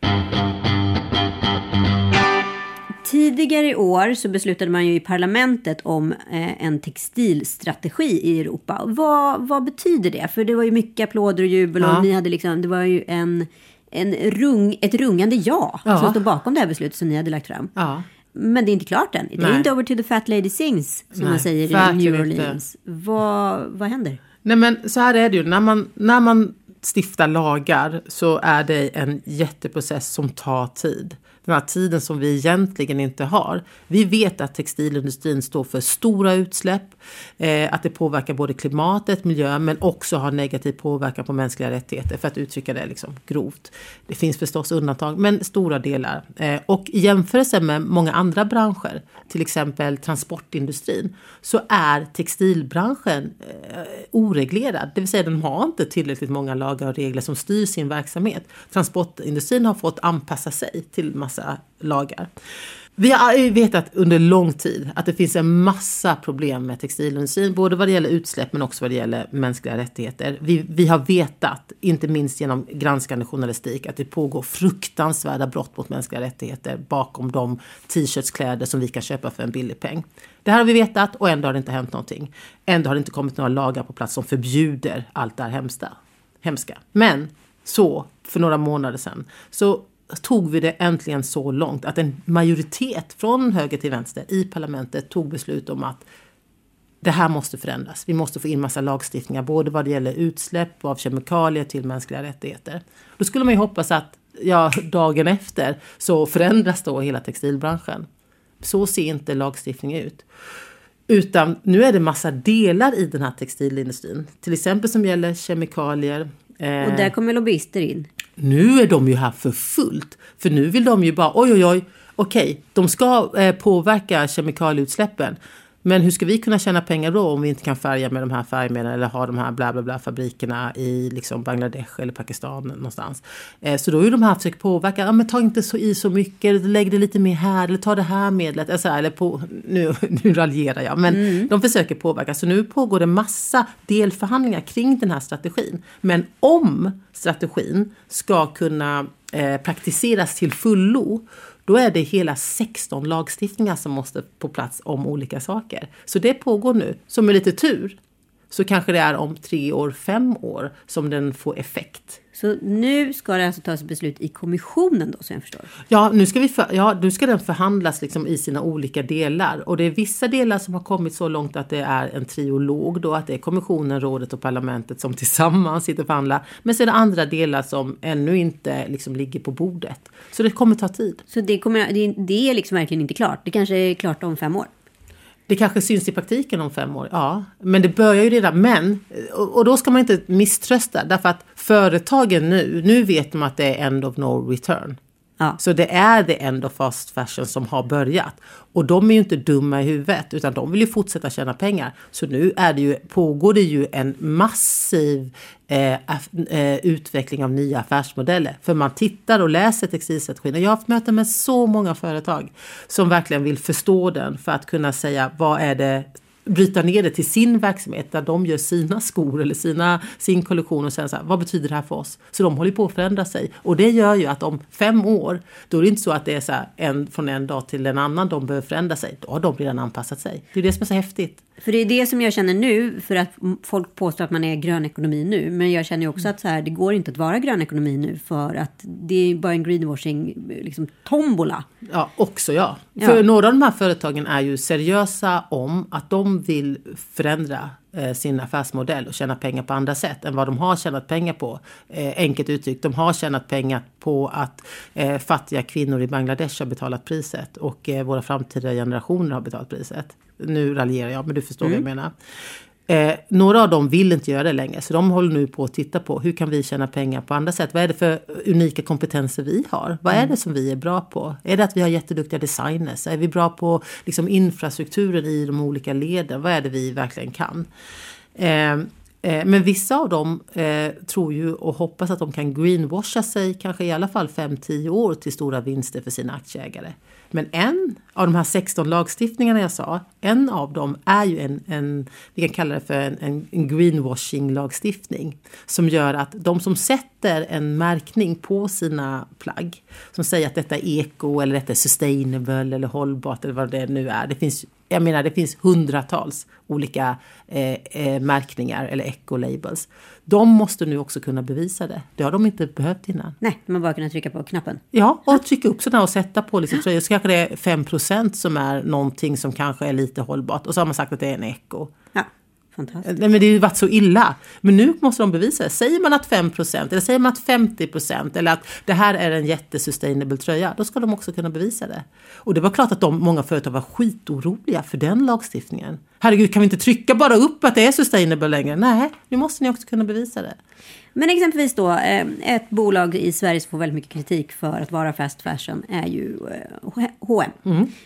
Tidigare i år så beslutade man ju i parlamentet om eh, en textilstrategi i Europa. Vad, vad betyder det? För det var ju mycket applåder och jubel och ja. ni hade liksom, det var ju en, en rung, ett rungande ja, ja som stod bakom det här beslutet som ni hade lagt fram. Ja. Men det är inte klart än. Det är inte over to the fat lady sings som Nej, man säger i New Orleans. Vad, vad händer? Nej, men så här är det ju. När man, när man stiftar lagar så är det en jätteprocess som tar tid. Den här tiden som vi egentligen inte har. Vi vet att textilindustrin står för stora utsläpp. Eh, att det påverkar både klimatet, miljön, men också har negativ påverkan på mänskliga rättigheter. För att uttrycka det liksom grovt. Det finns förstås undantag, men stora delar. Eh, och i jämförelse med många andra branscher, till exempel transportindustrin, så är textilbranschen eh, oreglerad. Det vill säga den har inte tillräckligt många lagar och regler som styr sin verksamhet. Transportindustrin har fått anpassa sig till massa lagar. Vi har vetat under lång tid att det finns en massa problem med textilindustrin, både vad det gäller utsläpp men också vad det gäller mänskliga rättigheter. Vi, vi har vetat, inte minst genom granskande journalistik, att det pågår fruktansvärda brott mot mänskliga rättigheter bakom de t-shirtskläder som vi kan köpa för en billig peng. Det här har vi vetat och ändå har det inte hänt någonting. Ändå har det inte kommit några lagar på plats som förbjuder allt det här hemska. hemska. Men så, för några månader sedan, så tog vi det äntligen så långt att en majoritet från höger till vänster i parlamentet tog beslut om att det här måste förändras. Vi måste få in massa lagstiftningar, både vad det gäller utsläpp av kemikalier till mänskliga rättigheter. Då skulle man ju hoppas att ja, dagen efter så förändras då hela textilbranschen. Så ser inte lagstiftning ut. Utan nu är det massa delar i den här textilindustrin. Till exempel som gäller kemikalier. Eh, och där kommer lobbyister in. Nu är de ju här för fullt. För nu vill de ju bara, oj oj oj, okej, de ska eh, påverka kemikalieutsläppen. Men hur ska vi kunna tjäna pengar då om vi inte kan färga med de här färgmedlen eller ha de här bla bla bla fabrikerna i liksom Bangladesh eller Pakistan någonstans. Eh, så då är ju de här försöker påverka, ja men ta inte så i så mycket, lägg det lite mer här eller ta det här medlet. Alltså, eller på, nu, nu raljerar jag, men mm. de försöker påverka. Så nu pågår det massa delförhandlingar kring den här strategin. Men om strategin ska kunna eh, praktiseras till fullo, då är det hela sexton lagstiftningar som måste på plats om olika saker. Så det pågår nu. Så med lite tur så kanske det är om tre år, fem år som den får effekt. Så nu ska det alltså tas beslut i kommissionen då, så jag förstår? Ja, nu ska, vi för, ja, nu ska den förhandlas liksom i sina olika delar. Och det är vissa delar som har kommit så långt att det är en triolog då, att det är kommissionen, rådet och parlamentet som tillsammans sitter och förhandlar. Men så är det andra delar som ännu inte liksom ligger på bordet. Så det kommer ta tid. Så det, kommer, det, det är liksom verkligen inte klart? Det kanske är klart om fem år? Det kanske syns i praktiken om fem år, ja. Men det börjar ju redan. Men, och då ska man inte misströsta. Därför att företagen nu, nu vet de att det är end of no return. Ja. Så det är det end of fast fashion som har börjat. Och de är ju inte dumma i huvudet, utan de vill ju fortsätta tjäna pengar. Så nu är det ju, pågår det ju en massiv eh, eh, utveckling av nya affärsmodeller. För man tittar och läser textilstrategin. Och jag har haft möten med så många företag som verkligen vill förstå den för att kunna säga vad är det, bryta ner det till sin verksamhet där de gör sina skor eller sina, sin kollektion och sen så här, vad betyder det här för oss? Så de håller på att förändra sig. Och det gör ju att om fem år, då är det inte så att det är så här en, från en dag till en annan de behöver förändra sig. Då har de redan anpassat sig. Det är det som är så häftigt. För det är det som jag känner nu, för att folk påstår att man är grön ekonomi nu. Men jag känner ju också att så här, det går inte att vara grön ekonomi nu för att det är bara en greenwashing liksom tombola. Ja, också ja. ja. För några av de här företagen är ju seriösa om att de vill förändra eh, sin affärsmodell och tjäna pengar på andra sätt än vad de har tjänat pengar på. Eh, enkelt uttryckt, de har tjänat pengar på att eh, fattiga kvinnor i Bangladesh har betalat priset och eh, våra framtida generationer har betalat priset. Nu raljerar jag, men du förstår mm. vad jag menar. Eh, några av dem vill inte göra det längre, så de håller nu på att titta på hur kan vi tjäna pengar på andra sätt. Vad är det för unika kompetenser vi har? Vad är det som vi är bra på? Är det att vi har jätteduktiga designers? Är vi bra på liksom, infrastrukturen i de olika leden? Vad är det vi verkligen kan? Eh, eh, men vissa av dem eh, tror ju och hoppas att de kan greenwasha sig kanske i alla fall fem till tio år till stora vinster för sina aktieägare. Men en av de här sexton lagstiftningarna jag sa, en av dem är ju en, en vi kan kalla det för en, en, en greenwashing-lagstiftning. Som gör att de som sätter en märkning på sina plagg, som säger att detta är eko eller detta är sustainable eller hållbart eller vad det nu är. Det finns, jag menar, det finns hundratals olika eh, eh, märkningar eller eco-labels. De måste nu också kunna bevisa det. Det har de inte behövt innan. Nej, man bara kunna trycka på knappen. Ja, och trycka upp sådana och sätta på liksom tröjor. Så kanske det är fem procent som är någonting som kanske är lite hållbart. Och så har man sagt att det är en eko. Ja, fantastiskt. Nej, men det har ju varit så illa. Men nu måste de bevisa det. Säger man att fem procent eller säger man att femtio procent eller att det här är en jättesustainable tröja, då ska de också kunna bevisa det. Och det var klart att de, många företag var skitoroliga för den lagstiftningen. Herregud, kan vi inte trycka bara upp att det är sustainable längre? Nej, nu måste ni också kunna bevisa det. Men exempelvis då, ett bolag i Sverige som får väldigt mycket kritik för att vara fast fashion är ju H och M.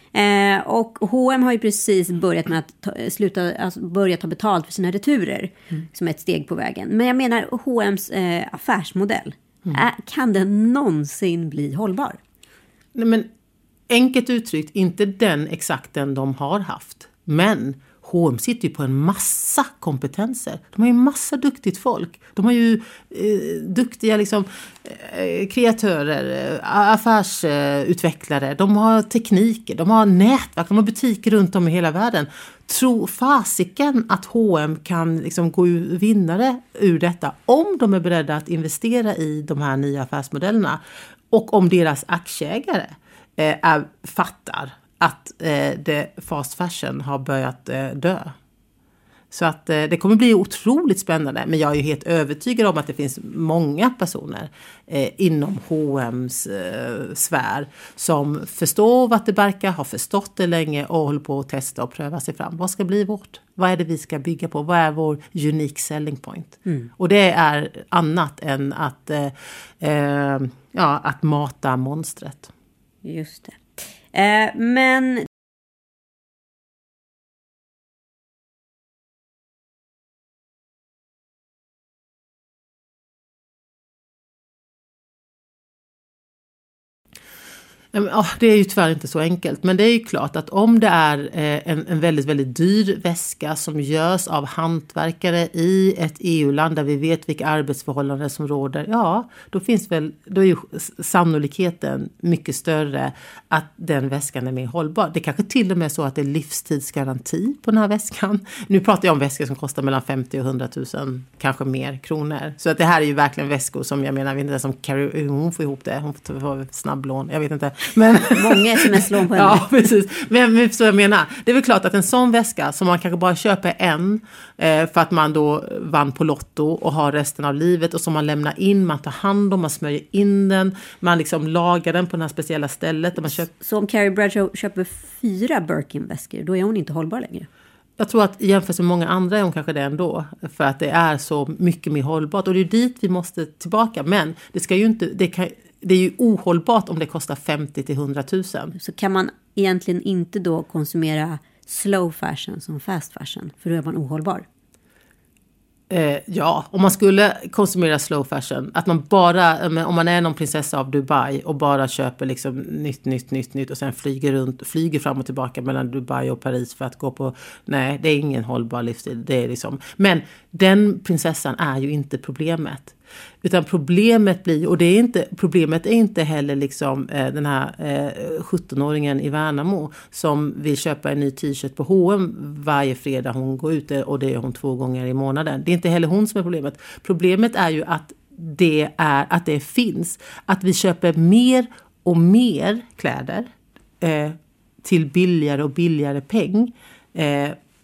Mm. Och H och M har ju precis börjat med att ta, sluta, alltså börja ta betalt för sina returer mm. som ett steg på vägen. Men jag menar H och M's eh, affärsmodell, mm. är, kan den någonsin bli hållbar? Nej, men enkelt uttryckt, inte den exakt den de har haft. Men H och M sitter ju på en massa kompetenser. De har ju massa duktigt folk. De har ju eh, duktiga liksom, eh, kreatörer, eh, affärsutvecklare. De har tekniker, de har nätverk, de har butiker runt om i hela världen. Tro fasiken att H och M kan liksom gå vinnare ur detta om de är beredda att investera i de här nya affärsmodellerna. Och om deras aktieägare eh, är, fattar att eh, det fast fashion har börjat eh, dö. Så att eh, det kommer bli otroligt spännande. Men jag är ju helt övertygad om att det finns många personer eh, inom H och M:s eh, sfär som förstår vart det barkar, har förstått det länge och håller på att testa och pröva sig fram. Vad ska bli vårt? Vad är det vi ska bygga på? Vad är vår unique selling point? Mm. Och det är annat än att, eh, eh, ja, att mata monstret. Just det. Eh, men... Ja, det är ju tyvärr inte så enkelt, men det är ju klart att om det är en, en väldigt, väldigt dyr väska som görs av hantverkare i ett E U-land där vi vet vilka arbetsförhållanden som råder, ja, då finns väl, då är ju sannolikheten mycket större att den väskan är mer hållbar. Det kanske till och med är så att det är livstidsgaranti på den här väskan. Nu pratar jag om väskor som kostar mellan femtio och hundra tusen, kanske mer kronor. Så att det här är ju verkligen väskor som jag menar, jag vet inte som Carrie, hon får ihop det, hon får snabblån, jag vet inte. Men, många sms-lån på henne. Ja, precis. Men, men så jag menar, det är väl klart att en sån väska som man kanske bara köper en eh, för att man då vann på Lotto och har resten av livet och som man lämnar in, man tar hand om, man smörjer in den, man liksom lagar den på det här speciella stället. Och man köper... Så om Carrie Bradshaw köper fyra Birkin-väskor, då är hon inte hållbar längre? Jag tror att jämfört med många andra är hon kanske det ändå. För att det är så mycket mer hållbart. Och det är dit vi måste tillbaka. Men det ska ju inte... Det kan, det är ju ohållbart om det kostar femtio till hundra tusen. Så kan man egentligen inte då konsumera slow fashion som fast fashion? För då är man ohållbar. Eh, ja, om man skulle konsumera slow fashion. Att man bara, om man är någon prinsessa av Dubai och bara köper liksom nytt, nytt, nytt, nytt och sen flyger runt, flyger fram och tillbaka mellan Dubai och Paris för att gå på, nej, det är ingen hållbar livsstil. Det är liksom, men den prinsessan är ju inte problemet. Utan problemet blir, och det är inte, problemet är inte heller liksom eh, den här eh, sjuttonåringen i Värnamo som vill köpa en ny t-shirt på H och M varje fredag hon går ut, och det är hon två gånger i månaden. Det är inte heller hon som är problemet. Problemet är ju att det, är, att det finns. Att vi köper mer och mer kläder eh, till billigare och billigare peng. Eh,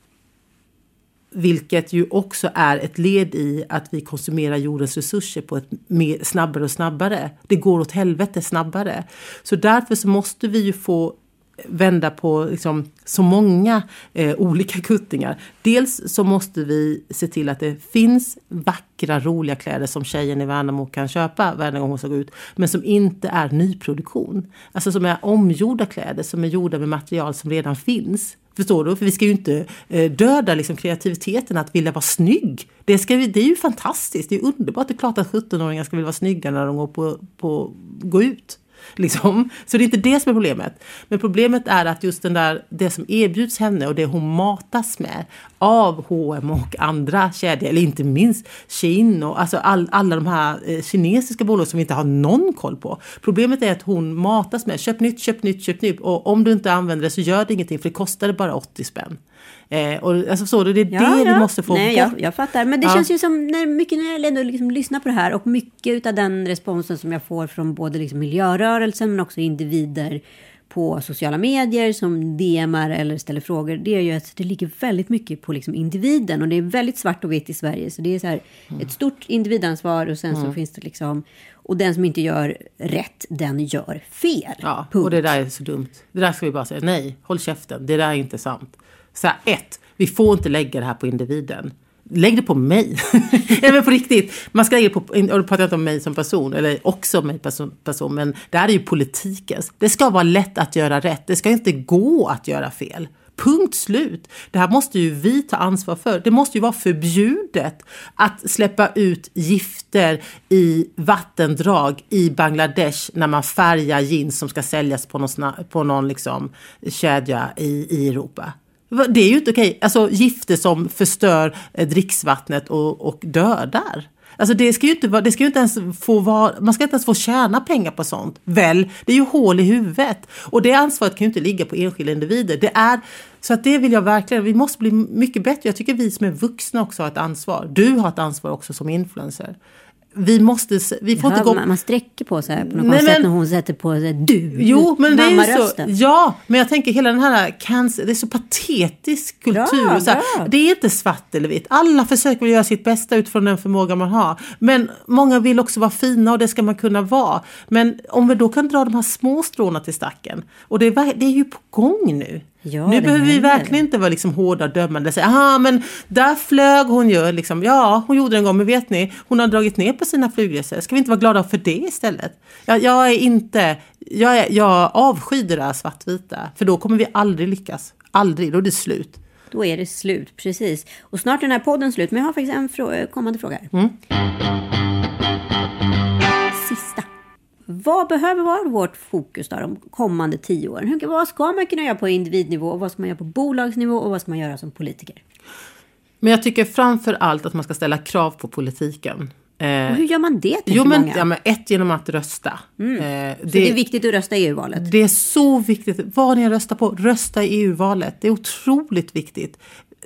Vilket ju också är ett led i att vi konsumerar jordens resurser på ett mer, snabbare och snabbare. Det går åt helvete snabbare. Så därför så måste vi ju få vända på liksom så många eh, olika kuttingar. Dels så måste vi se till att det finns vackra, roliga kläder som tjejen i Värnamo kan köpa varje gång hon ska gå ut. Men som inte är nyproduktion. Alltså som är omgjorda kläder som är gjorda med material som redan finns. Förstår du? För vi ska ju inte eh, döda liksom kreativiteten att vilja vara snygg. Det, ska vi, det är ju fantastiskt. Det är underbart. Det är klart att sjuttonåringar ska vilja vara snygga när de går, på, på, går ut. Liksom. Så det är inte det som är problemet. Men problemet är att just den där, det som erbjuds henne och det hon matas med av H och M och andra kedjor, eller inte minst Shein och alltså all, alla de här eh, kinesiska bolag som vi inte har någon koll på. Problemet är att hon matas med köp nytt, köp nytt, köp nytt, och om du inte använder det så gör det ingenting, för det kostar bara åttio spänn. Eh, och alltså så, det är ja, det ja. vi måste få Nej, bort. jag, jag fattar, men det ja. känns ju som när, mycket när jag ändå liksom lyssnar på det här och mycket av den responsen som jag får från både liksom miljörörelsen men också individer på sociala medier som D M:ar eller ställer frågor, det är ju att det ligger väldigt mycket på liksom individen, och det är väldigt svart och vitt i Sverige, så det är så här mm. ett stort individansvar, och sen mm. så finns det liksom, och den som inte gör rätt, den gör fel. Ja, och det där är så dumt. Det där ska vi bara säga, nej, håll käften, det där är inte sant. Så här, ett, vi får inte lägga det här på individen. Lägg det på mig. Nej, men på riktigt. Man ska lägga det på, och då pratar jag inte om mig som person, eller också mig person, person, men det här är ju politikens. Det ska vara lätt att göra rätt. Det ska inte gå att göra fel. Punkt slut. Det här måste ju vi ta ansvar för. Det måste ju vara förbjudet att släppa ut gifter i vattendrag i Bangladesh när man färgar jeans som ska säljas på någon, på någon liksom kedja i, i Europa. Det är ju inte okej. Alltså gifter som förstör dricksvattnet och, och dödar. Alltså det ska ju inte vara, det ska ju inte ens få vara, man ska inte ens få tjäna pengar på sånt. Väl, det är ju hål i huvudet. Och det ansvaret kan ju inte ligga på enskilda individer. Det är, så att det vill jag verkligen, vi måste bli mycket bättre. Jag tycker vi som är vuxna också har ett ansvar. Du har ett ansvar också som influencer. vi måste, vi får Jaha, inte gå... Man, man sträcker på sig på något Nej, sätt men... när hon sätter på sig du. Jo, men det är ju så. Rösten. Ja, men jag tänker hela den här cancer, det är så patetisk kultur. Bra, så här, det är inte svart eller vitt. Alla försöker göra sitt bästa utifrån den förmåga man har. Men många vill också vara fina och det ska man kunna vara. Men om vi då kan dra de här små stråna till stacken. Och det är, det är ju på gång nu. Ja, nu behöver vi händer. verkligen inte vara liksom hårda dömande och säga, aha, men där flög hon ju liksom, ja, hon gjorde det en gång, men vet ni, hon har dragit ner på sina flygresor. Ska vi inte vara glada för det istället? Jag, jag är inte, jag, är, jag avskyr det där svartvita, för då kommer vi aldrig lyckas. Aldrig, då är det slut. Då är det slut, precis. Och snart är den här podden slut, men jag har faktiskt en frå- kommande fråga. Mm. Sista. Vad behöver vara vårt fokus då de kommande tio åren? Hur, vad ska man kunna göra på individnivå? Och vad ska man göra på bolagsnivå? Och vad ska man göra som politiker? Men jag tycker framför allt att man ska ställa krav på politiken. Eh, och hur gör man det? Jo, men, många? ja, men ett, genom att rösta. Mm. Eh, det, Så det är viktigt att rösta i E U-valet? Det är så viktigt. Vad ni röstar på, rösta i E U-valet. Det är otroligt viktigt.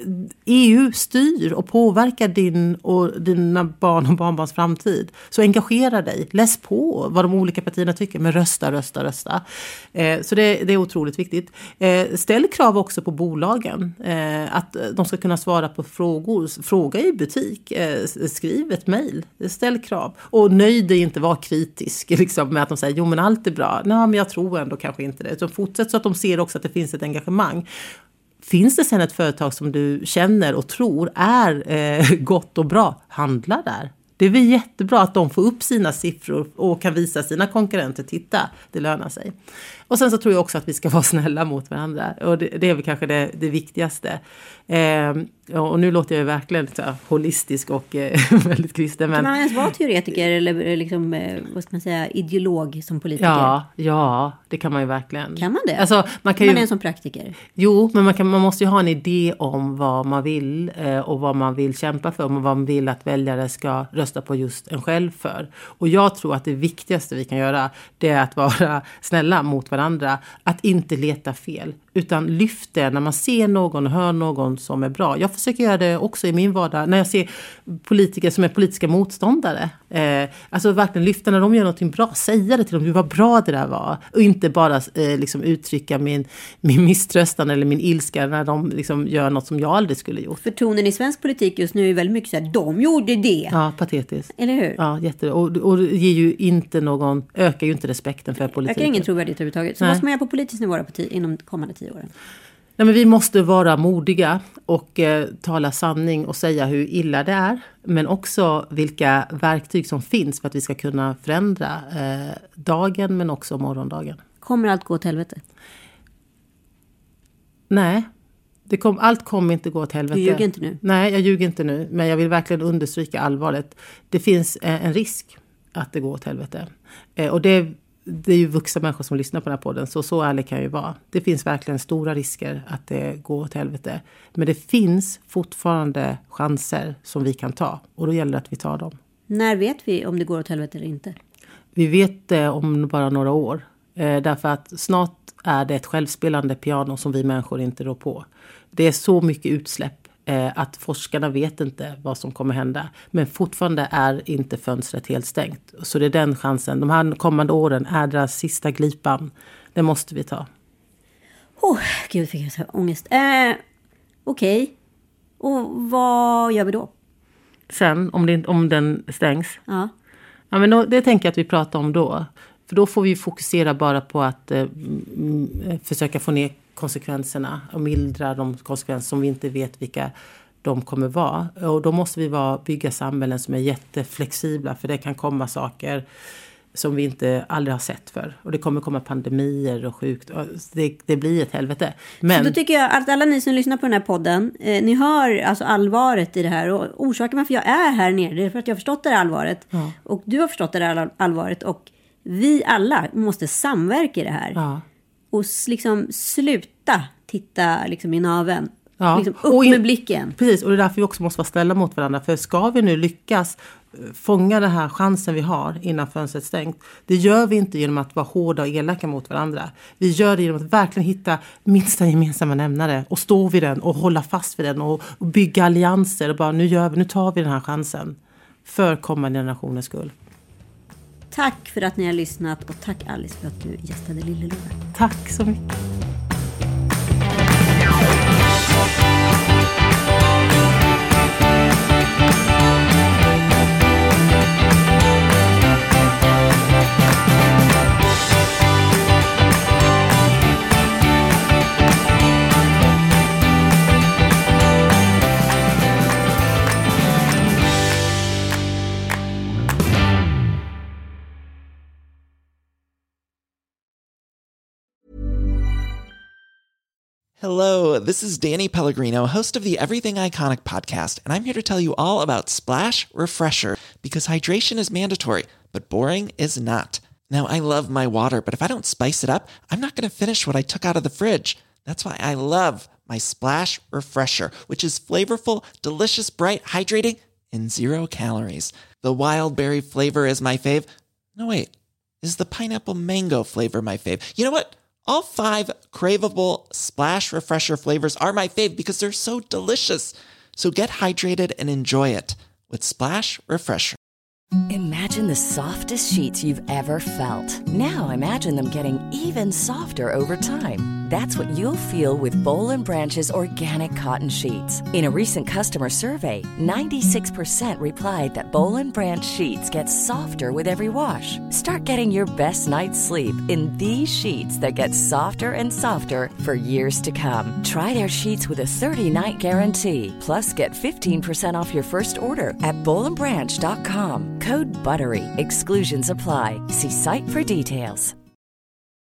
E U styr och påverkar din och dina barn och barnbarns framtid. Så engagera dig, läs på vad de olika partierna tycker, men rösta, rösta, rösta. Eh, så det, det är otroligt viktigt. Eh, ställ krav också på bolagen, eh, att de ska kunna svara på frågor. Fråga i butik, eh, skriv ett mejl, ställ krav. Och nöj dig inte, var kritisk liksom, med att de säger, jo men allt är bra. Nej, men jag tror ändå kanske inte det. Så fortsätt så att de ser också att det finns ett engagemang. Finns det sen ett företag som du känner och tror är eh, gott och bra, handla där. Det är väl jättebra att de får upp sina siffror och kan visa sina konkurrenter, titta, det lönar sig. Och sen så tror jag också att vi ska vara snälla mot varandra. Och det, det är väl kanske det, det viktigaste. Eh, och nu låter jag ju verkligen så här, holistisk och eh, väldigt kristen. Men... Kan man ens vara teoretiker eller liksom, eh, vad ska man säga, ideolog som politiker? Ja, ja, det kan man ju verkligen. Kan man det? Alltså, man kan man ju... är en som praktiker. Jo, men man, kan, man måste ju ha en idé om vad man vill eh, och vad man vill kämpa för. Och vad man vill att väljare ska rösta på just en själv för. Och jag tror att det viktigaste vi kan göra, det är att vara snälla mot varandra. Att inte leta fel. Utan lyft det när man ser någon och hör någon som är bra. Jag försöker göra det också i min vardag. När jag ser politiker som är politiska motståndare. Eh, alltså verkligen lyfta när de gör någonting bra. Säga det till dem, hur vad bra det där var. Och inte bara eh, liksom uttrycka min, min misströstan eller min ilska när de liksom gör något som jag aldrig skulle gjort. För tonen i svensk politik just nu är väldigt mycket så här, de gjorde det. Ja, patetiskt. Eller hur? Ja, jätte. Och, och det ger ju inte någon, ökar ju inte respekten för politiken. Ökar ingen trovärdighet överhuvudtaget. Så Nej. vad ska man göra på politisk nivå på ti- inom kommande tio åren? Nej, men vi måste vara modiga och eh, tala sanning och säga hur illa det är. Men också vilka verktyg som finns för att vi ska kunna förändra eh, dagen men också morgondagen. Kommer allt gå åt helvete? Nej, det kom, allt kommer inte gå åt helvete. Du ljuger inte nu? Nej, jag ljuger inte nu. Men jag vill verkligen understryka allvaret. Det finns eh, en risk att det går åt helvete. Eh, och det Det är ju vuxna människor som lyssnar på den här podden. Så så ärlig kan jag ju vara. Det finns verkligen stora risker att det går åt helvete. Men det finns fortfarande chanser som vi kan ta. Och då gäller det att vi tar dem. När vet vi om det går åt helvete eller inte? Vi vet det om bara några år. Eh, därför att snart är det ett självspelande piano som vi människor inte rår på. Det är så mycket utsläpp. Att forskarna vet inte vad som kommer hända. Men fortfarande är inte fönstret helt stängt. Så det är den chansen. De här kommande åren är deras sista glipan. Det måste vi ta. Oh, gud, fick jag så ångest. Eh, Okej. Okay. Och vad gör vi då? Sen, om, det, om den stängs. Ja. Ja, men då, det tänker jag att vi pratar om då. För då får vi fokusera bara på att eh, försöka få ner konsekvenserna och mildra de konsekvenser som vi inte vet vilka de kommer vara. Och då måste vi vara, bygga samhällen som är jätteflexibla, för det kan komma saker som vi inte aldrig har sett för. Och det kommer komma pandemier och sjukt. Och det, det blir ett helvete. Men... Så då tycker jag att alla ni som lyssnar på den här podden, eh, ni hör alltså allvaret i det här. Och orsaken varför jag är här nere, det är för att jag har förstått det här allvaret. Ja. Och du har förstått det här allvaret. Och vi alla måste samverka i det här. Ja. Och liksom sluta titta liksom i naveln. Ja. Liksom upp och in, med blicken. Precis, och det är därför vi också måste vara ställa mot varandra. För ska vi nu lyckas fånga den här chansen vi har innan fönstret stängt, det gör vi inte genom att vara hårda och elaka mot varandra. Vi gör det genom att verkligen hitta minsta gemensamma nämnare och stå vid den och hålla fast vid den och, och bygga allianser och bara nu, gör vi, nu tar vi den här chansen. för kommande generationers skull. Tack för att ni har lyssnat och tack Alice för att du gästade Lillelåda. Tack så mycket. Hello, this is Danny Pellegrino, host of the Everything Iconic podcast, and I'm here to tell you all about Splash Refresher, because hydration is mandatory, but boring is not. Now, I love my water, but if I don't spice it up, I'm not going to finish what I took out of the fridge. That's why I love my Splash Refresher, which is flavorful, delicious, bright, hydrating, and zero calories. The wild berry flavor is my fave. No, wait, is the pineapple mango flavor my fave? You know what? All five craveable Splash Refresher flavors are my fave because they're so delicious. So get hydrated and enjoy it with Splash Refresher. Imagine the softest sheets you've ever felt. Now imagine them getting even softer over time. That's what you'll feel with Boll and Branch's organic cotton sheets. In a recent customer survey, ninety-six percent replied that Boll and Branch sheets get softer with every wash. Start getting your best night's sleep in these sheets that get softer and softer for years to come. Try their sheets with a thirty-night guarantee. Plus, get fifteen percent off your first order at boll and branch dot com. Code BUTTERY. Exclusions apply. See site for details.